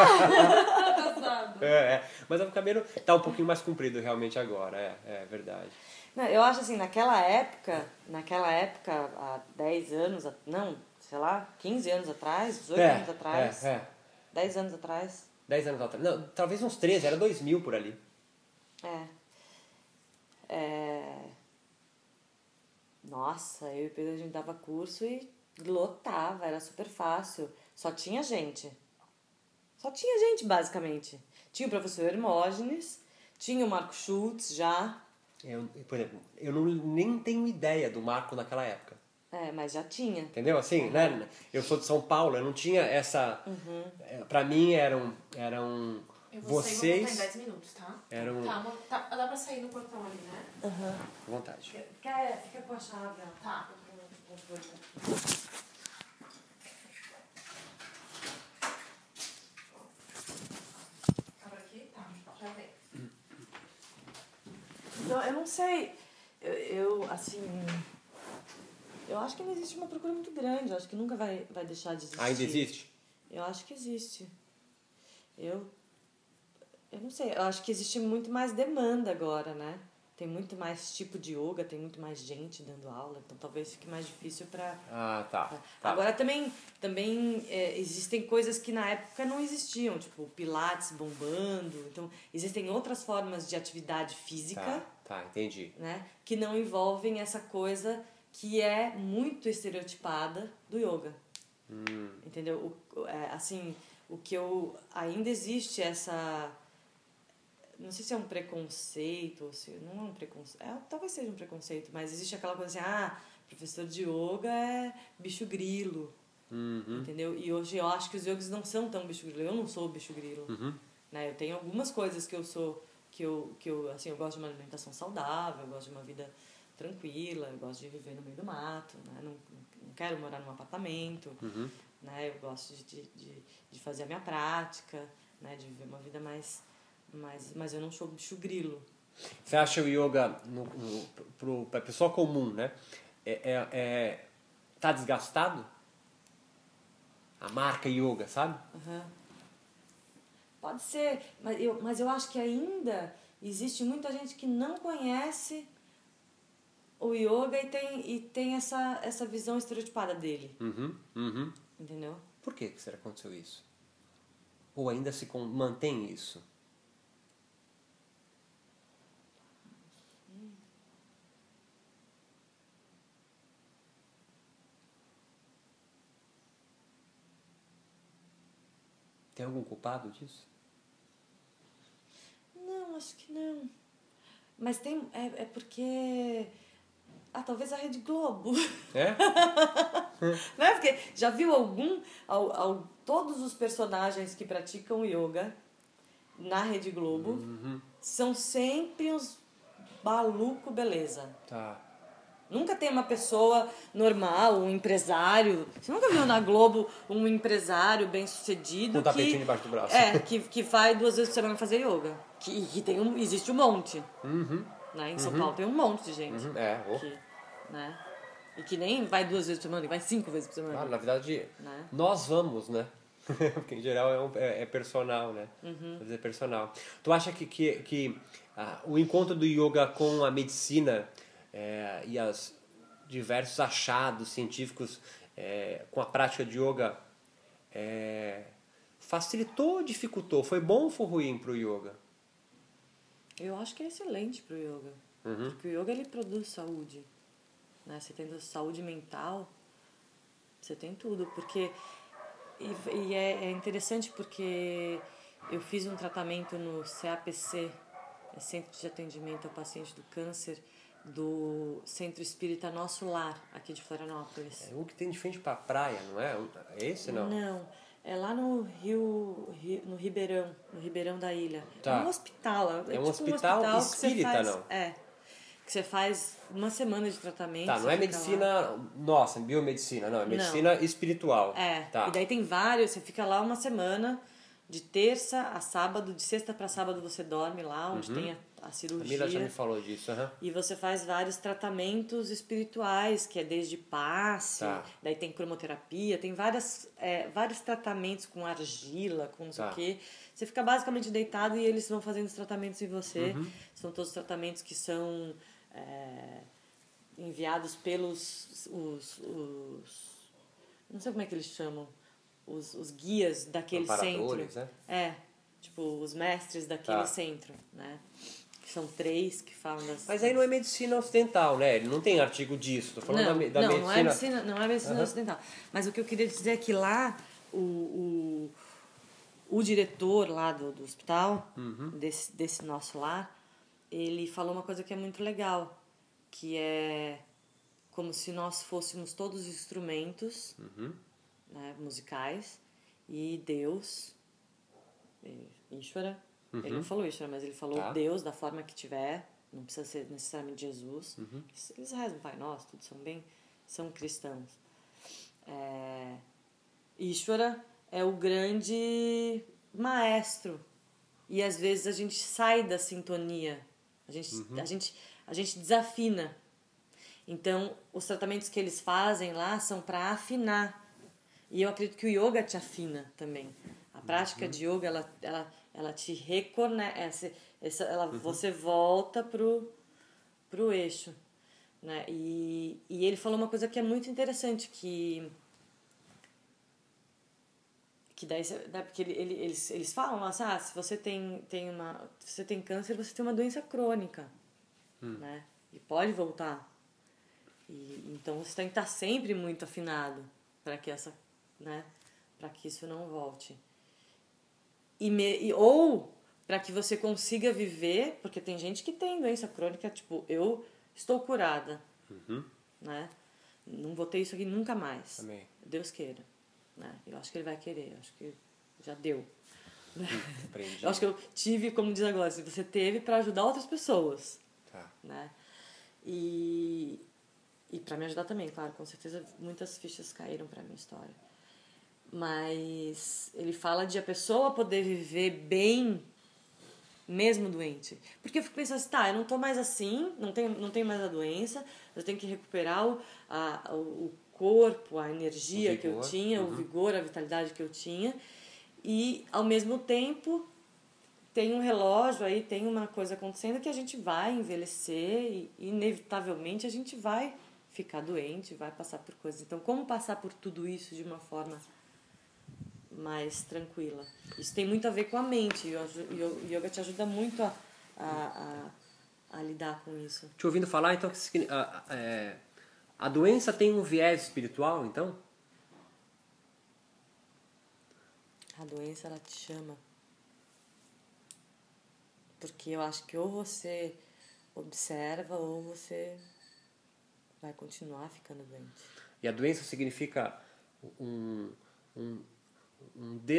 S1: Mas o cabelo tá um pouquinho mais comprido realmente agora, é verdade.
S2: Não, eu acho assim, naquela época, há 10 anos, não, sei lá, 15 anos atrás, 18 anos atrás, 10 anos atrás.
S1: 10 anos atrás, não, talvez uns 13, era 2000 por ali.
S2: Nossa, eu e o Pedro, a gente dava curso e lotava, era super fácil. Só tinha gente, basicamente. Tinha o professor Hermógenes, tinha o Marco Schultz já.
S1: Por exemplo, eu nem tenho ideia do Marco naquela época.
S2: Mas já tinha.
S1: Entendeu? Assim, né? Eu sou de São Paulo, eu não tinha essa... Pra mim eram
S3: Eu vou
S1: vocês...
S3: sair e vou voltar em 10 minutos, tá?
S1: Eram...
S3: Dá pra sair no portão ali, né?
S1: À vontade.
S2: Fica com a chave, ó.
S3: Tá. Abre aqui? Tá, já vem.
S2: Não, eu não sei. Assim... Eu acho que não existe uma procura muito grande. Eu acho que nunca vai deixar de existir.
S1: Ainda existe?
S2: Eu acho que existe. Eu não sei. Eu acho que existe muito mais demanda agora, né? Tem muito mais tipo de yoga, tem muito mais gente dando aula. Então talvez fique mais difícil pra...
S1: Tá.
S2: Agora também existem coisas que na época não existiam. Tipo, pilates bombando. Então existem outras formas de atividade física.
S1: Tá, entendi.
S2: Né? Que não envolvem essa coisa... que é muito estereotipada do yoga. Entendeu? Assim, o que eu... Ainda existe essa... Não sei se é um preconceito, ou se não é um preconceito... talvez seja um preconceito, mas existe aquela coisa assim, professor de yoga é bicho grilo. Entendeu? E hoje eu acho que os yogis não são tão bicho grilo. Eu não sou bicho grilo. Né? Eu tenho algumas coisas que eu sou... Que eu, assim, eu gosto de uma alimentação saudável, eu gosto de uma vida... tranquila, eu gosto de viver no meio do mato, né? Não quero morar num apartamento, né? Eu gosto de fazer a minha prática, né? De viver uma vida mais... Mas eu não sou bicho grilo.
S1: Você acha o yoga, pra pessoa comum, né? Tá desgastado? A marca yoga, sabe?
S2: Pode ser, mas eu acho que ainda existe muita gente que não conhece... o yoga e tem essa visão estereotipada dele. Entendeu?
S1: Por que será que aconteceu isso? Ou ainda se mantém isso? Tem algum culpado disso?
S2: Não, acho que não. Mas tem... É porque... talvez a Rede Globo. Não é? Porque já viu todos os personagens que praticam yoga na Rede Globo são sempre uns maluco, beleza.
S1: Tá.
S2: Nunca tem uma pessoa normal, um empresário. Você nunca viu na Globo um empresário bem-sucedido
S1: Com um tapetinho debaixo do braço.
S2: Que vai 2 vezes por semana fazer yoga. Que existe um monte. Né? Em São Paulo tem um monte de gente. Né? E que nem vai 2 vezes por semana, e vai 5 vezes por semana.
S1: Na verdade,
S2: né?
S1: nós vamos, né? Porque em geral é personal, né? Às vezes é personal. Tu acha que o encontro do yoga com a medicina e os diversos achados científicos com a prática de yoga facilitou ou dificultou? Foi bom ou foi ruim pro yoga?
S2: Eu acho que é excelente pro yoga. Porque o yoga ele produz saúde. Né? Você tendo saúde mental, você tem tudo. Porque e é interessante porque eu fiz um tratamento no CAPC, Centro de Atendimento ao Paciente do Câncer, do Centro Espírita Nosso Lar, aqui de Florianópolis.
S1: É o que tem de frente pra praia, não é? É esse, não?
S2: Não, é lá no no Ribeirão da Ilha.
S1: Tá.
S2: É um hospital.
S1: É um
S2: tipo
S1: hospital espírita,
S2: que você faz,
S1: não?
S2: Que você faz uma semana de tratamento.
S1: Tá, não é medicina, nossa, biomedicina, não, é medicina espiritual. Tá.
S2: E daí tem vários, você fica lá uma semana, de terça a sábado, de sexta para sábado você dorme lá, onde tem a cirurgia.
S1: A Mila já me falou disso,
S2: E você faz vários tratamentos espirituais, que é desde passe, daí tem cromoterapia, tem vários tratamentos com argila, com não sei o quê. Você fica basicamente deitado e eles vão fazendo os tratamentos em você. São todos tratamentos que são enviados pelos não sei como é que eles chamam, os guias daquele centro.
S1: Né?
S2: Tipo, os mestres daquele centro, né? São 3 que falam das...
S1: Mas aí não é medicina ocidental, né? Ele não tem artigo disso. Tô falando da medicina...
S2: Não é medicina ocidental. Mas o que eu queria dizer é que lá, o diretor lá do hospital, desse nosso lar, ele falou uma coisa que é muito legal, que é como se nós fôssemos todos instrumentos né, musicais e Deus, Ishvara, ele não falou Ishvara, mas ele falou Deus da forma que tiver, não precisa ser necessariamente Jesus. Eles rezam Pai Nosso, tudo são cristãos. Ishvara é o grande maestro e às vezes a gente sai da sintonia, a gente desafina. Então, os tratamentos que eles fazem lá são para afinar. E eu acredito que o yoga te afina também. A prática de yoga, ela te reconhece, você volta pro eixo. Né? E ele falou uma coisa que é muito interessante, que daí, porque eles falam assim, se você se você tem câncer, você tem uma doença crônica. Né? E pode voltar. Então você tem que estar sempre muito afinado para que para que isso não volte. Ou para que você consiga viver, porque tem gente que tem doença crônica, tipo, eu estou curada, né? Não vou ter isso aqui nunca mais.
S1: Amém.
S2: Deus queira, né? Eu acho que ele vai querer, eu acho que já deu.
S1: Aprendi.
S2: Eu acho que eu tive, como diz agora, se você teve para ajudar outras pessoas, né? E para me ajudar também, claro, com certeza muitas fichas caíram para minha história. Mas ele fala de a pessoa poder viver bem mesmo doente. Porque eu fico pensando assim, eu não tô mais assim, não tenho mais a doença, eu tenho que recuperar o corpo, a energia que eu tinha, o vigor, a vitalidade que eu tinha. E, ao mesmo tempo, tem um relógio aí, tem uma coisa acontecendo que a gente vai envelhecer e, inevitavelmente, a gente vai ficar doente, vai passar por coisas. Então, como passar por tudo isso de uma forma mais tranquila? Isso tem muito a ver com a mente. E o yoga te ajuda muito a lidar com isso.
S1: Te ouvindo falar, então, a doença tem um viés espiritual, então?
S2: A doença, ela te chama. Porque eu acho que ou você observa ou você vai continuar ficando doente.
S1: E a doença significa um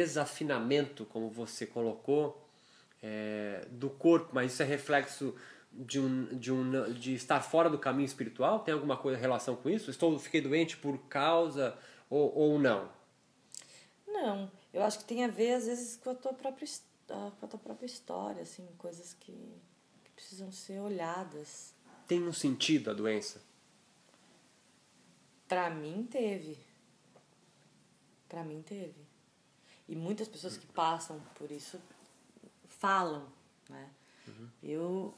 S1: desafinamento, como você colocou, do corpo, mas isso é reflexo de estar fora do caminho espiritual? Tem alguma relação com isso? Fiquei doente por causa ou não?
S2: Não, eu acho que tem a ver, às vezes, com a tua própria história, assim, coisas que precisam ser olhadas.
S1: Tem um sentido a doença?
S2: Pra mim, teve. Pra mim, teve. E muitas pessoas que passam por isso falam, né? Eu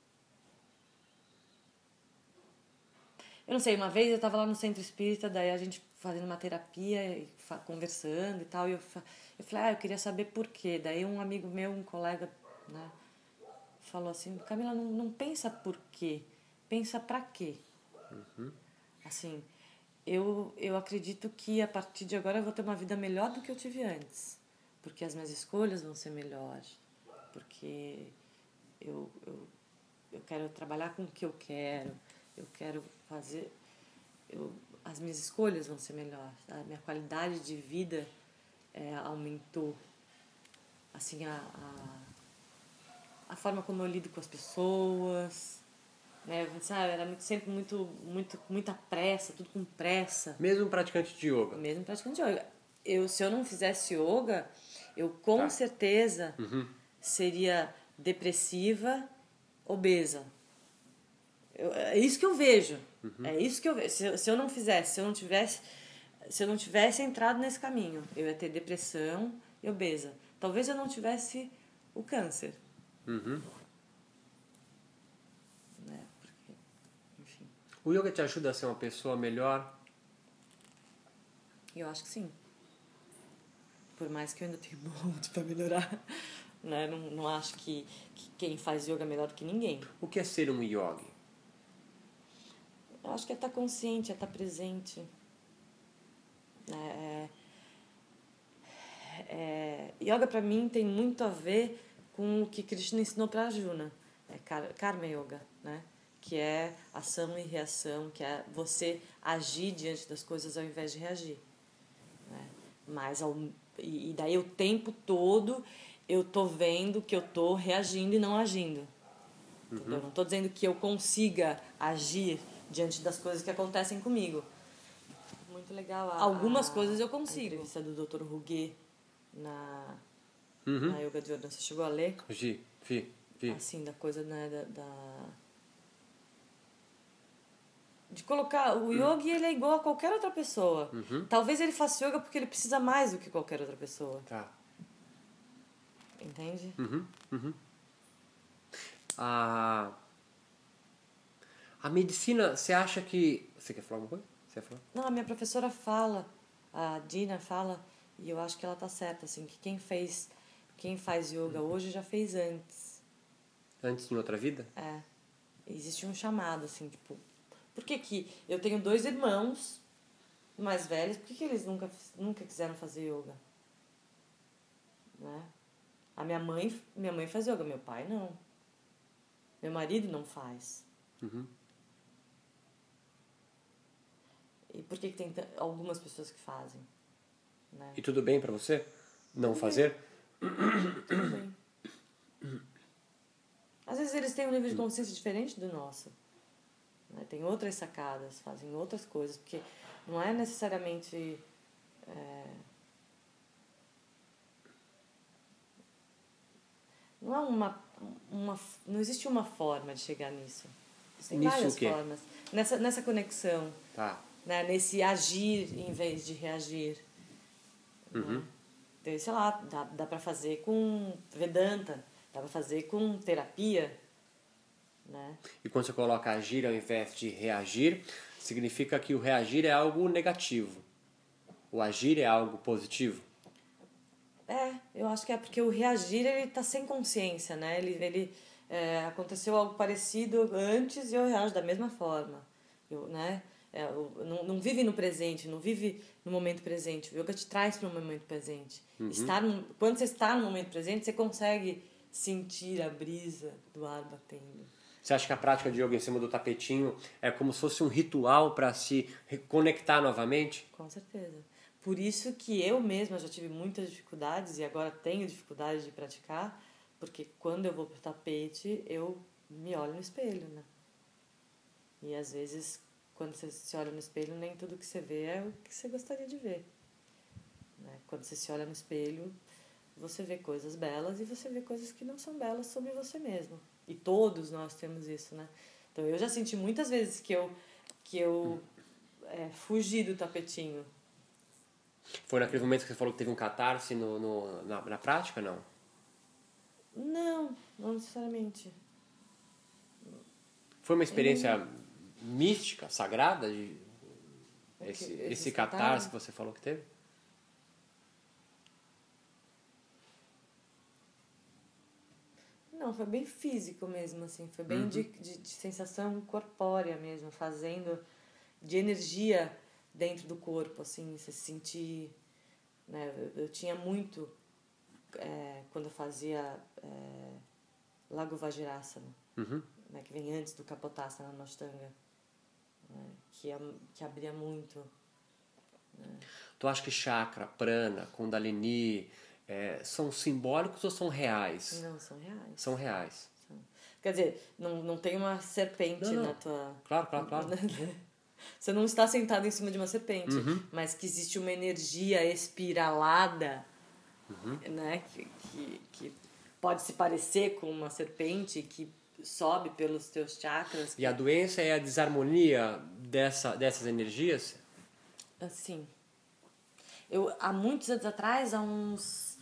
S2: não sei, uma vez eu estava lá no centro espírita, daí a gente fazendo uma terapia, e conversando e tal, e eu falei, eu queria saber por quê. Daí um amigo meu, um colega, né, falou assim, Camila, não pensa por quê, pensa pra quê. Assim, eu acredito que a partir de agora eu vou ter uma vida melhor do que eu tive antes, porque as minhas escolhas vão ser melhores, porque eu quero trabalhar com o que eu quero fazer, as minhas escolhas vão ser melhores, a minha qualidade de vida aumentou, assim, a forma como eu lido com as pessoas, né? Sabe, era sempre muita pressa, tudo com pressa.
S1: Mesmo praticante de yoga?
S2: Mesmo praticante de yoga. Se eu não fizesse yoga, eu com certeza seria depressiva, obesa. É isso que eu vejo. É isso que eu vejo. Se eu não fizesse, se eu não tivesse entrado nesse caminho, eu ia ter depressão e obesa. Talvez eu não tivesse o câncer. Né? Porque, enfim.
S1: O yoga te ajuda a ser uma pessoa melhor?
S2: Eu acho que sim. Por mais que eu ainda tenha muito para melhorar. Né? Não acho que quem faz yoga é melhor do que ninguém.
S1: O que é ser um yogi?
S2: Eu acho que é estar consciente, é estar presente. Yoga para mim tem muito a ver com o que Krishna ensinou para Arjuna. É Karma Yoga, né? Que é ação e reação, que é você agir diante das coisas ao invés de reagir. Né? E daí o tempo todo eu tô vendo que eu tô reagindo e não agindo. Entendeu? Não tô dizendo que eu consiga agir diante das coisas que acontecem comigo. Muito legal. Algumas coisas eu consigo. A entrevista do Dr. Ruge na Yoga de Ordem. Você chegou a ler?
S1: Vi.
S2: Assim, da coisa, né, de colocar... O yogi, ele é igual a qualquer outra pessoa. Talvez ele faça yoga porque ele precisa mais do que qualquer outra pessoa.
S1: Tá.
S2: Entende?
S1: A medicina, você acha que... Você quer falar alguma coisa? Você quer falar?
S2: Não, a minha professora fala, a Dina fala, e eu acho que ela tá certa, assim, que quem faz yoga hoje já fez antes.
S1: Antes em outra vida?
S2: Existe um chamado, assim, tipo... Por que eu tenho 2 irmãos mais velhos, por que eles nunca quiseram fazer yoga? Né? A minha mãe faz yoga, meu pai não. Meu marido não faz. E por que tem algumas pessoas que fazem? Né?
S1: E tudo bem pra você não fazer?
S2: Tudo bem. Às vezes eles têm um nível de consciência diferente do nosso. Né? Tem outras sacadas, fazem outras coisas, porque não é necessariamente... Não existe uma forma de chegar nisso. Tem várias formas. Nessa conexão.
S1: Tá.
S2: Né? Nesse agir em vez de reagir. Né? Então, sei lá, dá pra fazer com Vedanta, dá pra fazer com terapia. Né?
S1: E quando você coloca agir ao invés de reagir, significa que o reagir é algo negativo. O agir é algo positivo.
S2: Eu acho que é porque o reagir, ele tá sem consciência, né? Aconteceu algo parecido antes e eu reajo da mesma forma. Né? Não vive no presente, não vive no momento presente. O yoga te traz para o momento presente. Quando você está no momento presente, você consegue sentir a brisa do ar batendo.
S1: Você acha que a prática de yoga em cima do tapetinho é como se fosse um ritual para se reconectar novamente?
S2: Com certeza. Por isso que eu mesma já tive muitas dificuldades e agora tenho dificuldade de praticar, porque quando eu vou pro tapete, eu me olho no espelho, né? E às vezes, quando você se olha no espelho, nem tudo que você vê é o que você gostaria de ver. Né? Quando você se olha no espelho, você vê coisas belas e você vê coisas que não são belas sobre você mesmo. E todos nós temos isso, né? Então, eu já senti muitas vezes que eu fugi do tapetinho.
S1: Foi naquele momento que você falou que teve um catarse na prática, não?
S2: Não necessariamente.
S1: Foi uma experiência mística, sagrada, esse catarse que você falou que teve?
S2: Não, foi bem físico mesmo, assim. Foi bem de sensação corpórea mesmo, fazendo de energia dentro do corpo, assim, você se sentir... Né? Eu tinha muito, quando eu fazia Lago Vajrasana, né? Que vem antes do Kapotasana na Ashtanga, né? Que abria muito. Né?
S1: Tu acha que chakra, prana, kundalini são simbólicos ou são reais?
S2: Não, são reais.
S1: São reais.
S2: Quer dizer, não tem uma serpente
S1: não.
S2: na tua...
S1: Claro.
S2: Você não está sentado em cima de uma serpente, mas que existe uma energia espiralada, né? Que pode se parecer com uma serpente que sobe pelos teus chakras.
S1: E a doença é a desarmonia dessas energias?
S2: Assim, há muitos anos atrás, há uns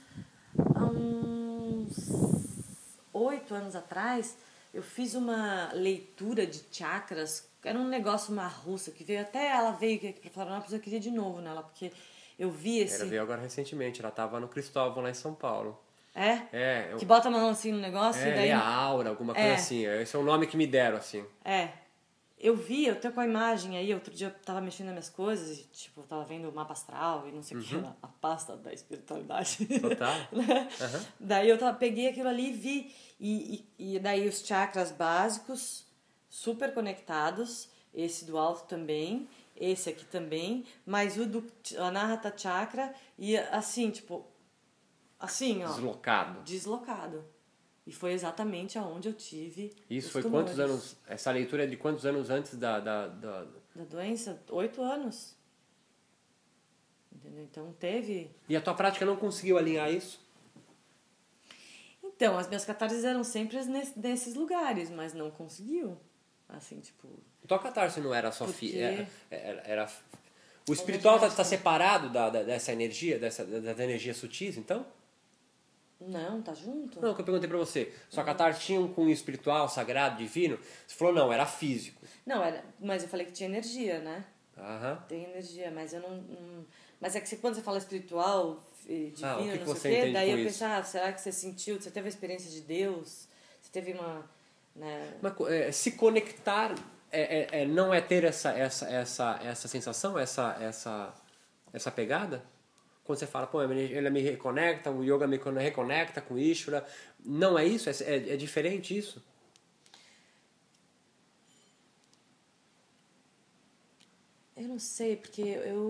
S2: 8 anos atrás, eu fiz uma leitura de chakras. Era um negócio, uma russa, que veio até... Ela veio aqui pra Florianópolis, eu queria ir de novo nela, porque eu vi esse...
S1: Ela veio agora recentemente, ela estava no Cristóvão, lá em São Paulo.
S2: Que bota a mão assim no negócio e daí...
S1: a aura, alguma coisa assim. Esse é o nome que me deram, assim.
S2: Eu vi, eu tô com a imagem aí, outro dia eu tava mexendo nas minhas coisas, e, tipo, eu tava vendo o mapa astral e não sei o que, a pasta da espiritualidade.
S1: Total.
S2: Daí eu peguei aquilo ali e vi, e daí os chakras básicos, super conectados, esse do alto também, esse aqui também, mas o do Anahata Chakra, e assim, tipo, assim, ó. Deslocado. E foi exatamente aonde eu tive
S1: Isso
S2: os
S1: foi
S2: tumores.
S1: quantos anos? Essa leitura é de quantos anos antes da
S2: doença? 8 anos. Entendeu? Então teve...
S1: E a tua prática não conseguiu alinhar isso?
S2: Então, as minhas catarses eram sempre nesses lugares, mas não conseguiu. Assim, tipo...
S1: Tua catarse não era só...
S2: Porque...
S1: Era... O espiritual está separado dessa energia, das energias sutis, então?
S2: Não, tá junto.
S1: Não, o que eu perguntei pra você. Sua catarse tinha um cunho espiritual, sagrado, divino? Você falou, não, era físico.
S2: Não, mas eu falei que tinha energia, né?
S1: Aham.
S2: Tem energia, mas eu não... Mas é que quando você fala espiritual, divino,
S1: que
S2: não
S1: você
S2: sei o quê, daí eu
S1: com
S2: pensei, será que você sentiu, você teve a experiência de Deus? Você teve uma... Né?
S1: Mas se conectar não é ter essa sensação, essa pegada? Quando você fala, pô, ele me reconecta, o yoga me reconecta com Ishvara. Não é isso? É diferente isso?
S2: Eu não sei, porque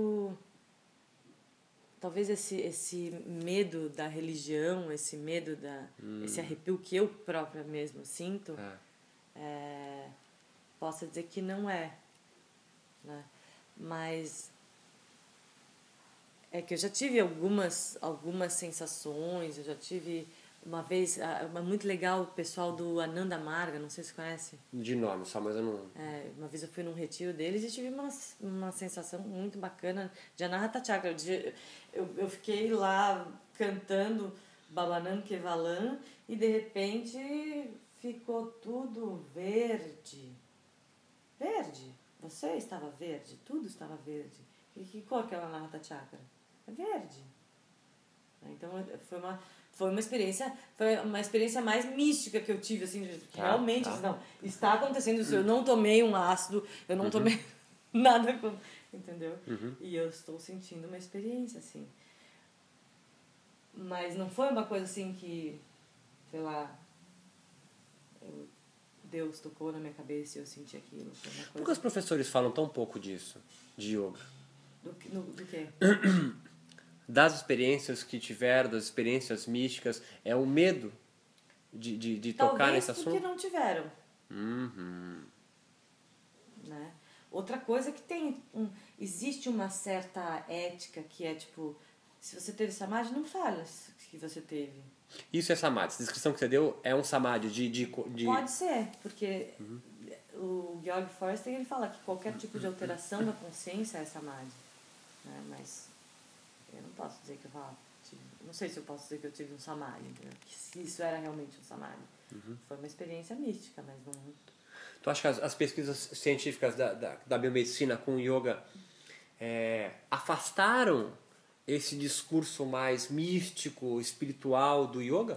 S2: talvez esse medo da religião, esse medo esse arrepio que eu própria mesmo sinto, possa dizer que não é. Né? Mas é que eu já tive algumas sensações, eu já tive uma vez, muito legal, o pessoal do Ananda Marga, não sei se você conhece.
S1: De nome só, mas eu não...
S2: Uma vez eu fui num retiro deles e tive uma sensação muito bacana de Anahata Chakra. Eu fiquei lá cantando Babanam Kevalam e de repente ficou tudo verde. Verde. Você estava verde, tudo estava verde. E que cor que é o Anahata Chakra? É verde. Então foi uma experiência mais mística que eu tive, assim, realmente, não, está acontecendo isso, eu não tomei um ácido, eu não tomei nada, entendeu? E eu estou sentindo uma experiência, assim. Mas não foi uma coisa assim que, sei lá, Deus tocou na minha cabeça e eu senti aquilo. Foi uma coisa...
S1: Por que os professores falam tão pouco disso, de yoga?
S2: Do quê?
S1: Das experiências que tiveram, das experiências místicas, é o medo de tocar nesse assunto?
S2: Talvez porque não tiveram. Né? Outra coisa que existe uma certa ética que é tipo, se você teve samadhi, não fala que você teve.
S1: Isso é samadhi. Essa descrição que você deu é um samadhi de...
S2: Pode ser, porque o Georg Forster ele fala que qualquer tipo de alteração da consciência é samadhi. Né? Mas eu não posso dizer que não sei se eu posso dizer que eu tive um samadhi, entendeu? Que se isso era realmente um samadhi. Foi uma experiência mística, mas não...
S1: Tu acha que as pesquisas científicas da biomedicina com o yoga afastaram esse discurso mais místico, espiritual do yoga?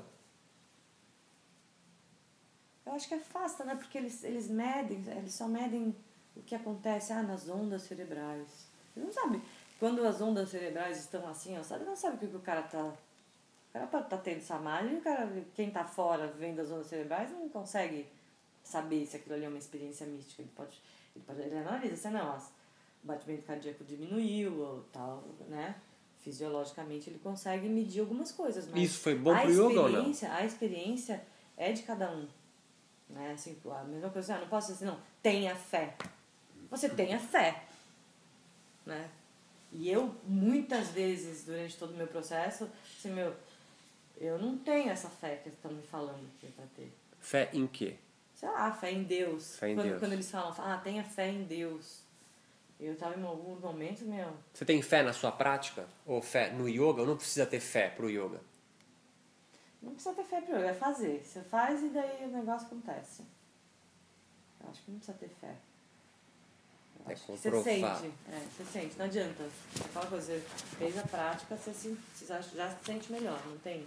S2: Eu acho que afasta, né? Porque eles só medem o que acontece nas ondas cerebrais. Ele não sabe. Quando as ondas cerebrais estão assim, ele não sabe o que o cara tá... O cara pode estar tendo samadhi e quem tá fora vendo as ondas cerebrais não consegue saber se aquilo ali é uma experiência mística. Ele analisa assim, não, o batimento cardíaco diminuiu ou tal, né? Fisiologicamente ele consegue medir algumas coisas. Mas
S1: isso foi bom pro yoga ou não?
S2: A experiência é de cada um. Né? Assim, a mesma coisa, não posso dizer assim, não, tenha fé. Você tenha fé. Né? E eu, muitas vezes, durante todo o meu processo, assim, eu não tenho essa fé que estão me falando que é pra ter.
S1: Fé em quê?
S2: Sei lá, fé em Deus.
S1: Fé em Deus.
S2: Quando eles falam, tenha fé em Deus. Eu tava em alguns momentos,
S1: Você tem fé na sua prática? Ou fé no yoga? Ou não precisa ter fé pro yoga?
S2: Não precisa ter fé pro yoga, é fazer. Você faz e daí o negócio acontece. Eu acho que não precisa ter fé.
S1: Comprovar.
S2: Você sente, não adianta. Aquela coisa, você fez a prática, você já se sente melhor, não tem,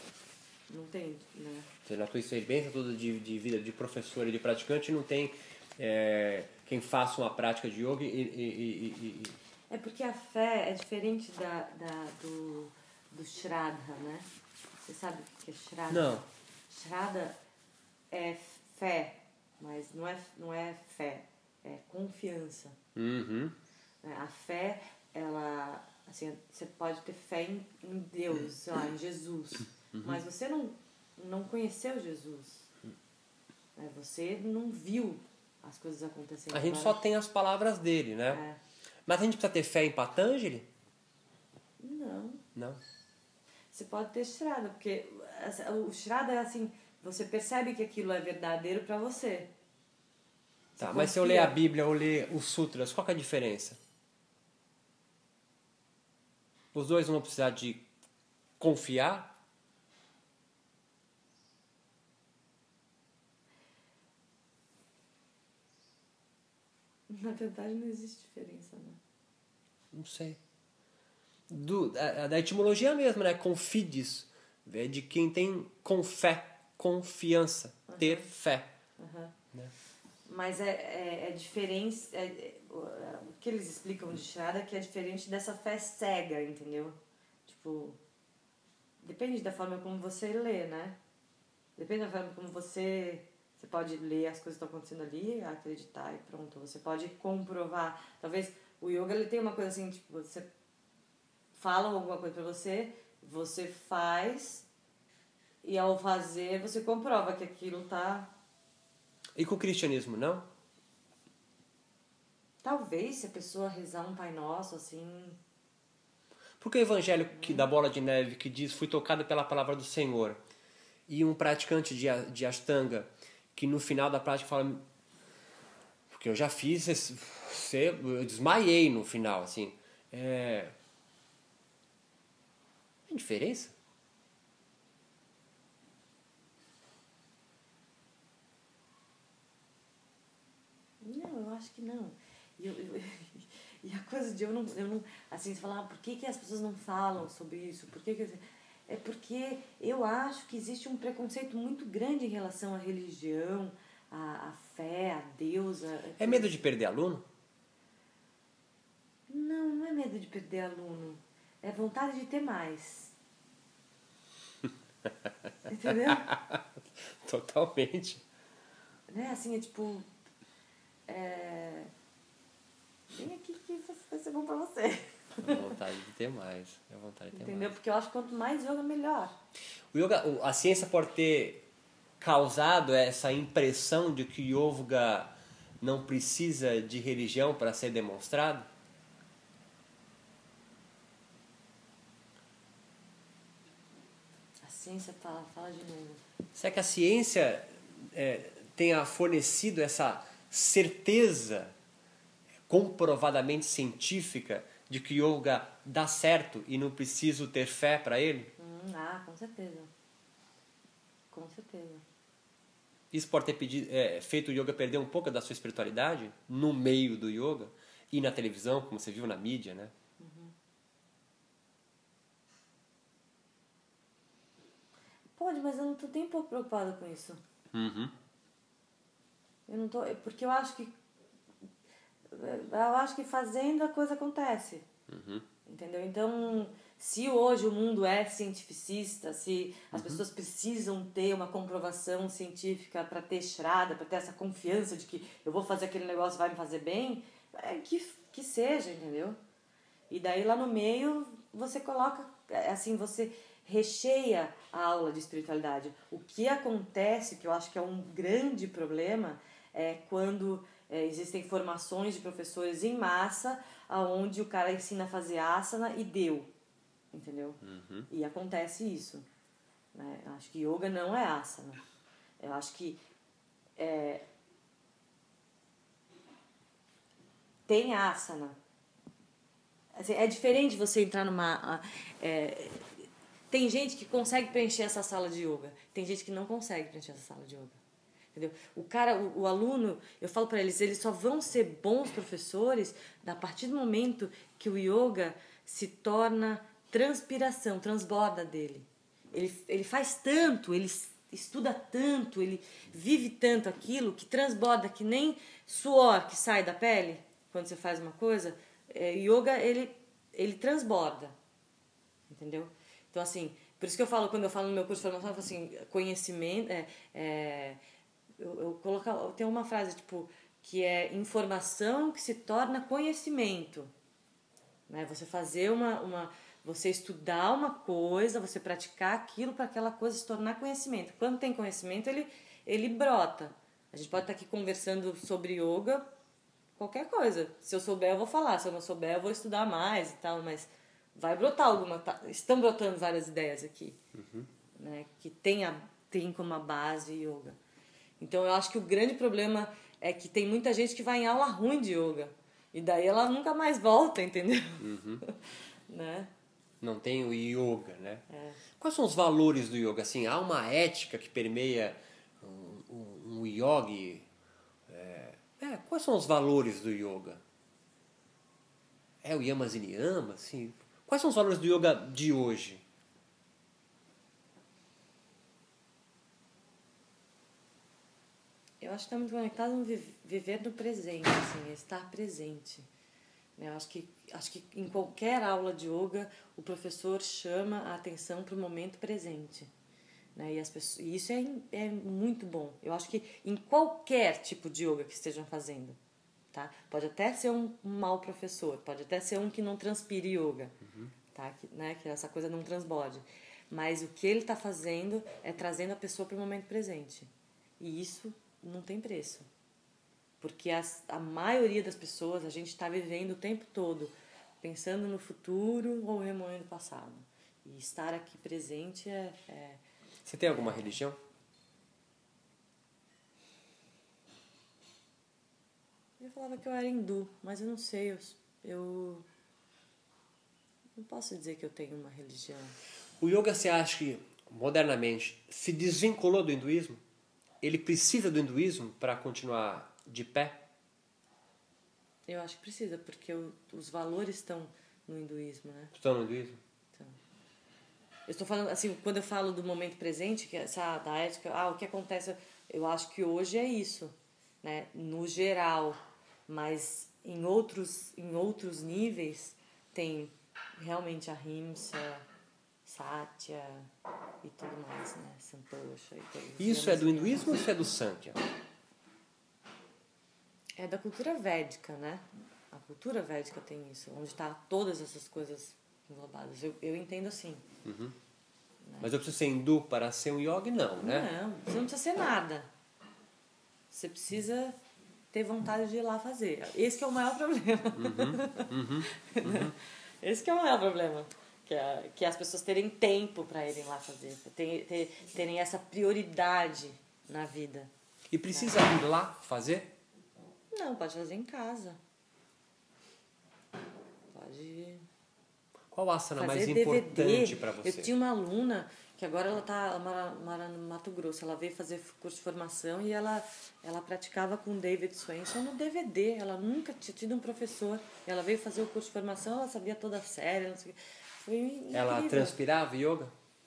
S2: né?
S1: Você, na tua experiência toda de vida de professor e de praticante, não tem quem faça uma prática de yoga
S2: É porque a fé é diferente do Shraddha, né? Você sabe o que é Shraddha?
S1: Não.
S2: Shraddha é fé, mas não é fé, é confiança. A fé, ela, assim, você pode ter fé em Deus, sei lá, em Jesus, mas você não conheceu Jesus. Você não viu as coisas acontecendo.
S1: A gente só tem as palavras dele, né? Mas a gente precisa ter fé em Patanjali? Não.
S2: Você pode ter Shraddha, porque o Shraddha é assim, você percebe que aquilo é verdadeiro pra você.
S1: Tá, mas se eu ler a Bíblia ou ler os sutras, qual que é a diferença? Os dois vão precisar de confiar?
S2: Na verdade não existe diferença, né?
S1: Não sei. Da etimologia mesmo, né? Confides. É de quem tem com fé, confiança, ter fé. Né?
S2: Mas é diferente. O que eles explicam de Shraddha é que é diferente dessa fé cega, entendeu? Tipo, depende da forma como você lê, né? Depende da forma como você pode ler as coisas que estão acontecendo ali, acreditar e pronto. Você pode comprovar. Talvez o yoga ele tem uma coisa assim, tipo, você fala alguma coisa pra você faz e ao fazer você comprova que aquilo tá...
S1: E com o cristianismo, não?
S2: Talvez se a pessoa rezar um Pai Nosso, assim...
S1: Porque o evangelho da bola de neve que diz fui tocado pela palavra do Senhor e um praticante de Ashtanga que no final da prática fala, porque eu já fiz, eu desmaiei no final, assim. Tem diferença?
S2: Não, eu acho que não. E a coisa de eu não assim, você falar, por que as pessoas não falam sobre isso? É porque eu acho que existe um preconceito muito grande em relação à religião, à fé, a Deus.
S1: É medo de perder aluno?
S2: Não é medo de perder aluno. É vontade de ter mais. Entendeu?
S1: Totalmente.
S2: Né? Assim, é tipo... Vem aqui que vai ser bom pra você.
S1: É vontade de ter mais. É vontade de ter
S2: Entendeu?
S1: mais.
S2: Porque eu acho que quanto mais yoga, melhor.
S1: O yoga, a ciência pode ter causado essa impressão de que yoga não precisa de religião para ser demonstrado?
S2: A ciência fala de novo.
S1: Será que a ciência tenha fornecido essa certeza comprovadamente científica de que yoga dá certo e não preciso ter fé para ele?
S2: Com certeza. Com certeza.
S1: Isso pode ter feito o yoga perder um pouco da sua espiritualidade no meio do yoga e na televisão, como você viu na mídia, né?
S2: Pode, mas eu não tô nem um pouco preocupada com isso.
S1: Uhum.
S2: Eu não tô... Porque eu acho que fazendo a coisa acontece. Entendeu? Então, se hoje o mundo é cientificista, se as pessoas precisam ter uma comprovação científica para ter estrada, para ter essa confiança de que eu vou fazer aquele negócio, vai me fazer bem, que seja, entendeu? E daí lá no meio você coloca, assim, você recheia a aula de espiritualidade. O que acontece, que eu acho que é um grande problema, é quando existem formações de professores em massa, onde o cara ensina a fazer asana e deu, entendeu? E acontece isso, né? Eu acho que yoga não é asana. Eu acho que tem asana. Assim, é diferente você entrar numa... tem gente que consegue preencher essa sala de yoga. Tem gente que não consegue preencher essa sala de yoga. Entendeu? O aluno, eu falo para eles só vão ser bons professores a partir do momento que o yoga se torna transpiração, transborda dele. Ele faz tanto, ele estuda tanto, ele vive tanto aquilo que transborda, que nem suor que sai da pele quando você faz uma coisa. Yoga, ele transborda. Entendeu? Então, assim, por isso que eu falo, quando eu falo no meu curso de formação, eu falo assim, conhecimento... Eu tenho uma frase, tipo, que é informação que se torna conhecimento. Né? Você fazer você estudar uma coisa, você praticar aquilo para aquela coisa se tornar conhecimento. Quando tem conhecimento, ele brota. A gente pode estar aqui conversando sobre yoga, qualquer coisa. Se eu souber, eu vou falar. Se eu não souber, eu vou estudar mais e tal, mas vai brotar alguma... Estão brotando várias ideias aqui, né? Que tem como base yoga. Então, eu acho que o grande problema é que tem muita gente que vai em aula ruim de yoga. E daí ela nunca mais volta, entendeu? Né?
S1: Não tem o yoga, né? Quais são os valores do yoga? Assim, há uma ética que permeia um yogi? Quais são os valores do yoga? É o yamas e niyamas? Assim, quais são os valores do yoga de hoje?
S2: Eu acho que está muito conectado no viver no presente, assim, estar presente. Eu acho que em qualquer aula de yoga o professor chama a atenção para o momento presente. Né? E isso é muito bom. Eu acho que em qualquer tipo de yoga que estejam fazendo. Tá? Pode até ser um mau professor, pode até ser um que não transpire yoga. Tá? Que essa coisa não transborde. Mas o que ele está fazendo é trazendo a pessoa para o momento presente. E isso não tem preço. Porque a maioria das pessoas, a gente está vivendo o tempo todo pensando no futuro ou remoendo o passado. E estar aqui presente
S1: Você tem alguma religião?
S2: Eu falava que eu era hindu, mas eu não sei. Eu não posso dizer que eu tenho uma religião.
S1: O yoga, você acha que, modernamente, se desvinculou do hinduísmo? Ele precisa do hinduísmo para continuar de pé?
S2: Eu acho que precisa, porque os valores estão no hinduísmo, né?
S1: Estão no hinduísmo?
S2: Então, eu estou falando, assim, quando eu falo do momento presente, que da ética, o que acontece, eu acho que hoje é isso, né? No geral, mas em outros níveis tem realmente a ahimsa, satya e tudo mais, né? Santosha e tudo.
S1: Isso é do hinduísmo ou isso é do Sankhya?
S2: É da cultura védica, né? A cultura védica tem isso, onde está todas essas coisas englobadas. Eu entendo assim. Né?
S1: Mas eu preciso ser hindu para ser um yogi? Não, né?
S2: Não, você não precisa ser nada. Você precisa ter vontade de ir lá fazer. Esse que é o maior problema. Esse que é o maior problema. Que as pessoas terem tempo para irem lá fazer. Terem essa prioridade na vida.
S1: E precisa ir lá fazer?
S2: Não, pode fazer em casa. Pode
S1: Qual asana mais
S2: fazer
S1: importante
S2: DVD.
S1: para você?
S2: Eu tinha uma aluna que agora ela mora no Mato Grosso. Ela veio fazer curso de formação e ela praticava com David Swenson no DVD. Ela nunca tinha tido um professor. Ela veio fazer o curso de formação, ela sabia toda a série. Não sei o quê. Foi incrível.
S1: Ela transpirava yoga?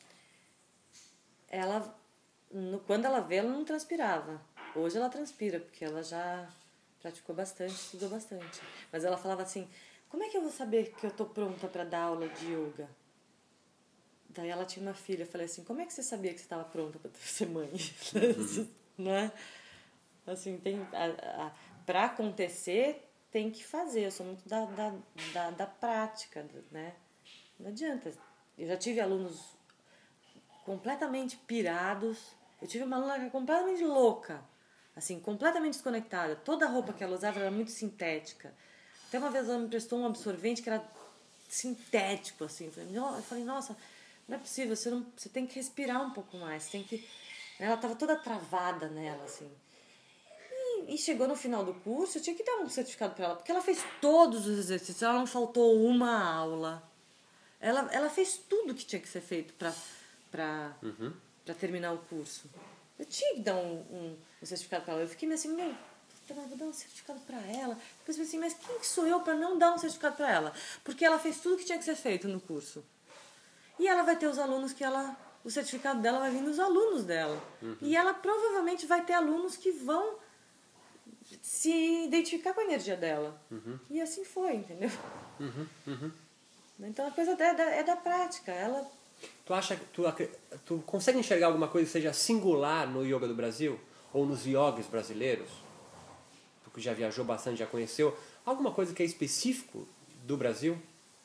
S2: Quando ela veio, ela não transpirava. Hoje ela transpira, porque ela já praticou bastante, estudou bastante. Mas ela falava assim, como é que eu vou saber que eu tô pronta para dar aula de yoga? Daí ela tinha uma filha, eu falei assim, como é que você sabia que você estava pronta para ser mãe? Não é? Assim, para acontecer, tem que fazer. Eu sou muito da prática, né? Não adianta. Eu já tive alunos completamente pirados. Eu tive uma aluna que era completamente louca, assim, completamente desconectada. Toda a roupa que ela usava era muito sintética. Até uma vez ela me prestou um absorvente que era sintético, assim. Eu falei, nossa, não é possível, você tem que respirar um pouco mais. Ela estava toda travada nela, assim. E chegou no final do curso, eu tinha que dar um certificado para ela, porque ela fez todos os exercícios, ela não faltou uma aula. Ela fez tudo que tinha que ser feito para terminar o curso. Eu tinha que dar um certificado para ela. Eu fiquei meio assim, vou dar um certificado para ela. Depois eu pensei assim, mas quem que sou eu para não dar um certificado para ela? Porque ela fez tudo que tinha que ser feito no curso. E ela vai ter os alunos o certificado dela vai vir dos alunos dela. E ela provavelmente vai ter alunos que vão se identificar com a energia dela. E assim foi, entendeu? Então a coisa é da prática.
S1: Tu acha que tu consegue enxergar alguma coisa que seja singular no yoga do Brasil? Ou nos yogis brasileiros? Tu que já viajou bastante, já conheceu. Alguma coisa que é específico do Brasil?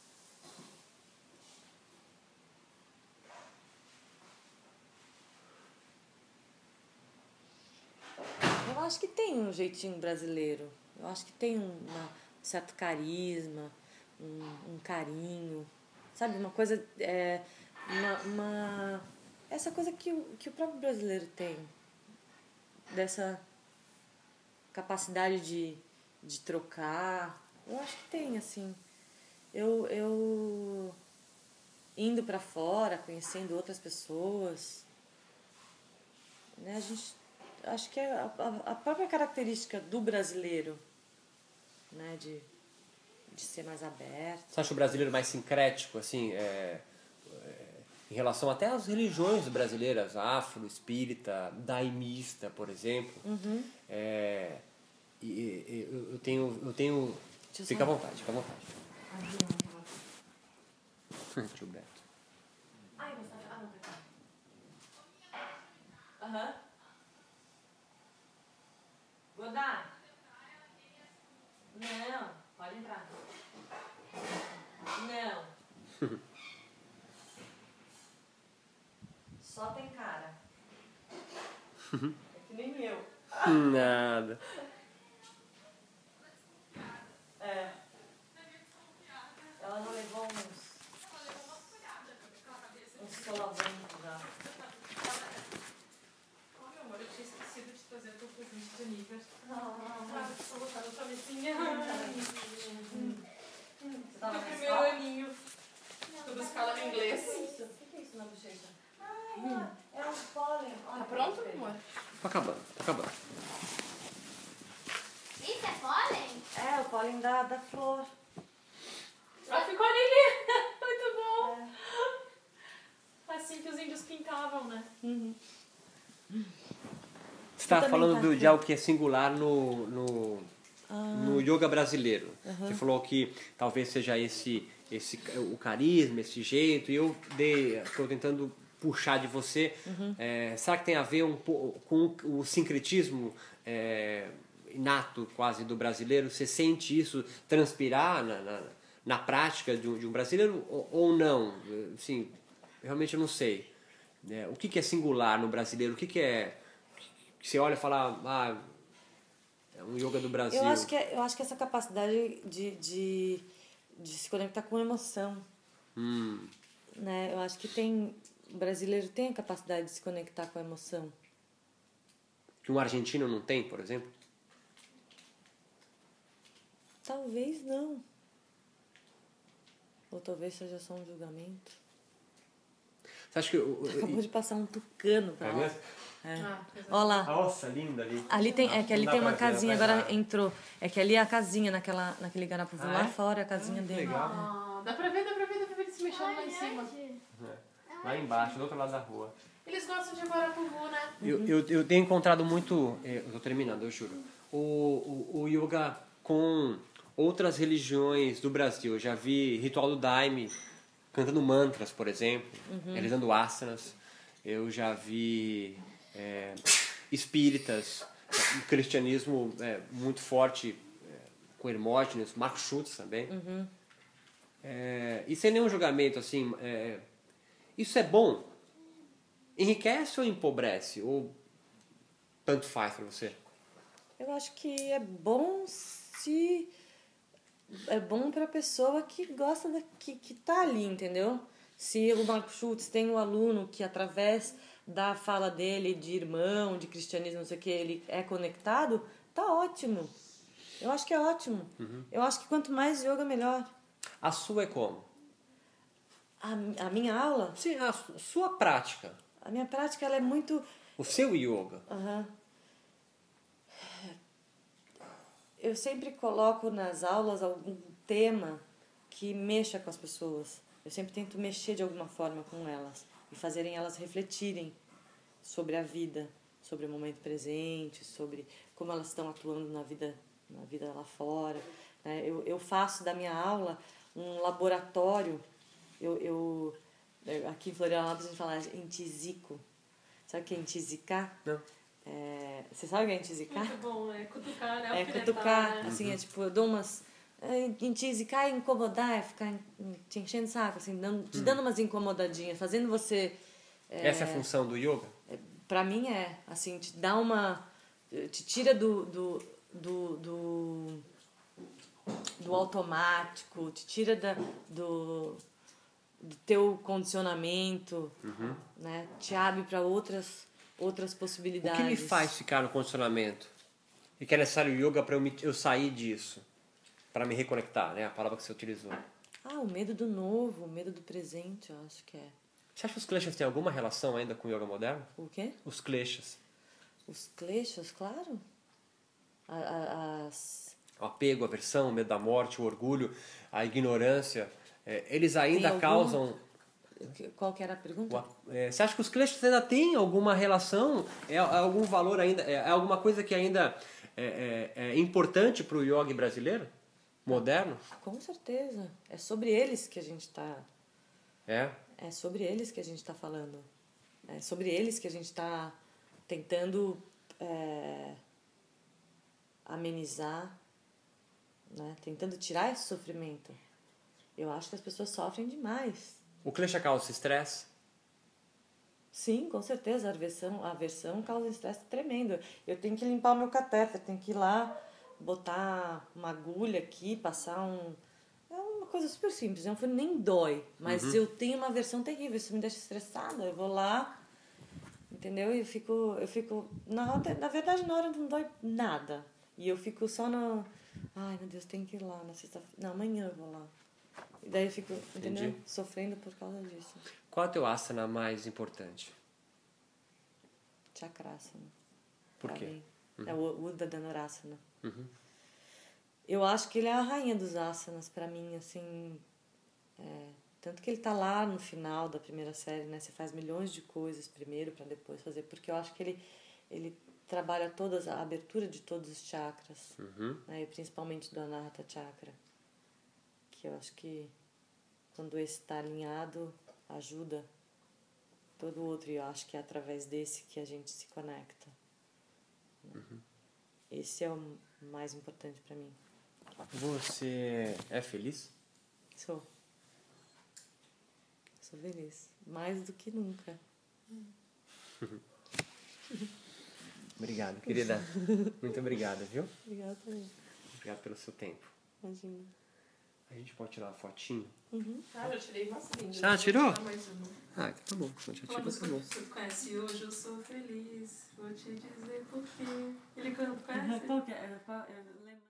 S2: Eu acho que tem um jeitinho brasileiro. Eu acho que tem um certo carisma, um carinho. Sabe, uma coisa... essa coisa que o próprio brasileiro tem, dessa capacidade de trocar, eu acho que tem, assim. Eu indo para fora, conhecendo outras pessoas, né, acho que é a própria característica do brasileiro, né, de ser mais aberto.
S1: Você acha o brasileiro mais sincrético, assim, em relação até às religiões brasileiras, afro, espírita, daimista, por exemplo? Eu tenho... Fica à vontade, fica à vontade. Tio Beto.
S3: Ai, Gustavo. Ah, não, tá.
S2: Aham. Godá? Não, pode entrar. Não. Só tem cara. É que nem eu.
S1: Nada.
S2: Ela já levou uns solavancos já.
S3: Oh, meu amor, eu tinha esquecido de trazer o teu presente de nível. Ah, estou botando a tua mesinha.
S2: Você tava
S3: Meu
S2: na
S3: primeiro
S2: escola?
S3: aninho. Tudo escala no inglês.
S2: O que é isso na bochecha? É um pólen.
S3: Tá pronto, amor?
S1: Tá acabando.
S5: Isso é pólen?
S2: É, o pólen da flor.
S3: Ah, ficou ali. Muito bom. Assim que os índios pintavam, né?
S1: Você estava
S2: também
S1: falando
S2: tá
S1: de algo que é singular no yoga brasileiro. Você falou que talvez seja o carisma, esse jeito, e eu estou tentando puxar de você. Será que tem a ver com o sincretismo inato quase do brasileiro? Você sente isso transpirar na prática de um brasileiro ou não? Assim, realmente eu não sei. O que é singular no brasileiro? O que é... Que você olha e fala, é um yoga do Brasil.
S2: Eu acho que essa capacidade de se conectar com emoção. Né? Eu acho que o brasileiro tem a capacidade de se conectar com a emoção.
S1: Que um argentino não tem, por exemplo?
S2: Talvez não. Ou talvez seja só um julgamento.
S1: Você acha que...
S2: Acabou de passar um tucano pra lá.
S1: mesmo?
S2: Olha lá.
S1: Nossa, linda ali.
S2: Ali tem uma casinha, agora
S1: entrar.
S2: entrou. É que ali é a casinha naquele garapuvu lá fora, a casinha dele.
S1: Legal.
S3: Dá pra ver ele se mexendo lá em cima.
S1: Lá embaixo, do outro lado da rua.
S3: Eles gostam de Guarapuvu, né?
S1: Eu tenho encontrado muito... Eu tô terminando, eu juro. O yoga com outras religiões do Brasil. Eu já vi ritual do Daime cantando mantras, por exemplo. Realizando asanas. Eu já vi espíritas. Um cristianismo muito forte com Hermógenes. Marcos Schultz também. E sem nenhum julgamento, assim... isso é bom? Enriquece ou empobrece? Ou tanto faz pra você?
S2: Eu acho que é bom se... É bom pra pessoa que gosta que tá ali, entendeu? Se o Marco Schultz tem um aluno que através da fala dele de irmão, de cristianismo, não sei o que, ele é conectado, tá ótimo. Eu acho que é ótimo. Eu acho que quanto mais yoga, melhor.
S1: A sua é como?
S2: A minha aula,
S1: Sim, a sua prática.
S2: a minha prática, ela é muito...
S1: O seu yoga.
S2: Eu sempre coloco nas aulas algum tema que mexa com as pessoas. Eu sempre tento mexer de alguma forma com elas e fazerem elas refletirem sobre a vida, sobre o momento presente, sobre como elas estão atuando na vida lá fora. Né? Eu faço da minha aula um laboratório. Aqui em Florianópolis a gente fala entizico. Sabe o que é entizicar?
S1: Não.
S2: Você sabe o que é entizicar?
S3: Muito bom, cutucar, né?
S2: Cutucar,
S3: né?
S2: assim, tipo, eu dou umas... Entizicar é incomodar, é ficar te enchendo o saco, assim, te dando umas incomodadinhas, fazendo você...
S1: Essa é a função do yoga?
S2: Pra mim assim, te dá uma... Te tira do automático, te tira do teu condicionamento, né? Te abre para outras possibilidades.
S1: O que me faz ficar no condicionamento? E que é necessário yoga para eu sair disso? Para me reconectar, né? A palavra que você utilizou.
S2: O medo do novo, o medo do presente, eu acho que é.
S1: Você acha que os kleshas têm alguma relação ainda com o yoga moderno?
S2: O quê?
S1: Os kleshas.
S2: Os kleshas, claro.
S1: O apego, a aversão, o medo da morte, o orgulho, a ignorância, eles ainda
S2: algum...
S1: causam...
S2: Qual que era a pergunta?
S1: Você acha que os kleshas ainda têm alguma relação? É algum valor ainda? É alguma coisa que ainda é importante para o yoga brasileiro? Moderno?
S2: Com certeza. É sobre eles que a gente está... É sobre eles que a gente está falando. É sobre eles que a gente está tentando amenizar, né? Tentando tirar esse sofrimento. Eu acho que as pessoas sofrem demais.
S1: O klesha causa estresse?
S2: Sim, com certeza. A aversão causa estresse tremendo. Eu tenho que limpar o meu catéter, tenho que ir lá, botar uma agulha aqui, passar um... É uma coisa super simples, não foi nem dói. Mas eu tenho uma aversão terrível, isso me deixa estressada. Eu vou lá, entendeu? E eu fico... Na verdade, na hora não dói nada. E eu fico só no... Ai, meu Deus, tem que ir lá na sexta-feira. Não, amanhã eu vou lá. E daí eu fico, entendeu? Sofrendo por causa disso.
S1: Qual é o teu asana mais importante?
S2: Chakrasana.
S1: Por quê?
S2: É o Uddhva Dhanurasana. Eu acho que ele é a rainha dos asanas pra mim, assim... Tanto que ele tá lá no final da primeira série, né? Você faz milhões de coisas primeiro pra depois fazer. Porque eu acho que ele trabalha a abertura de todos os chakras. Né? E principalmente do Anahata Chakra. Que eu acho que quando esse está alinhado, ajuda todo o outro. E eu acho que é através desse que a gente se conecta. Esse é o mais importante para mim.
S1: Você é feliz?
S2: Sou feliz. Mais do que nunca.
S1: Obrigado, querida. Muito obrigado, viu?
S2: Obrigada também.
S1: Obrigado pelo seu tempo.
S2: Imagina.
S1: A gente pode tirar uma fotinho?
S3: Ah, eu tirei umas lindas.
S1: Já tirou?
S3: Vou tirar mais uma.
S1: Ah, então tá bom. Se não já
S3: Uma
S1: tirou,
S3: música
S1: tá bom.
S3: que você conhece hoje, eu sou feliz. Vou te dizer por quê. Ele canta, conhece?
S2: Qual que é?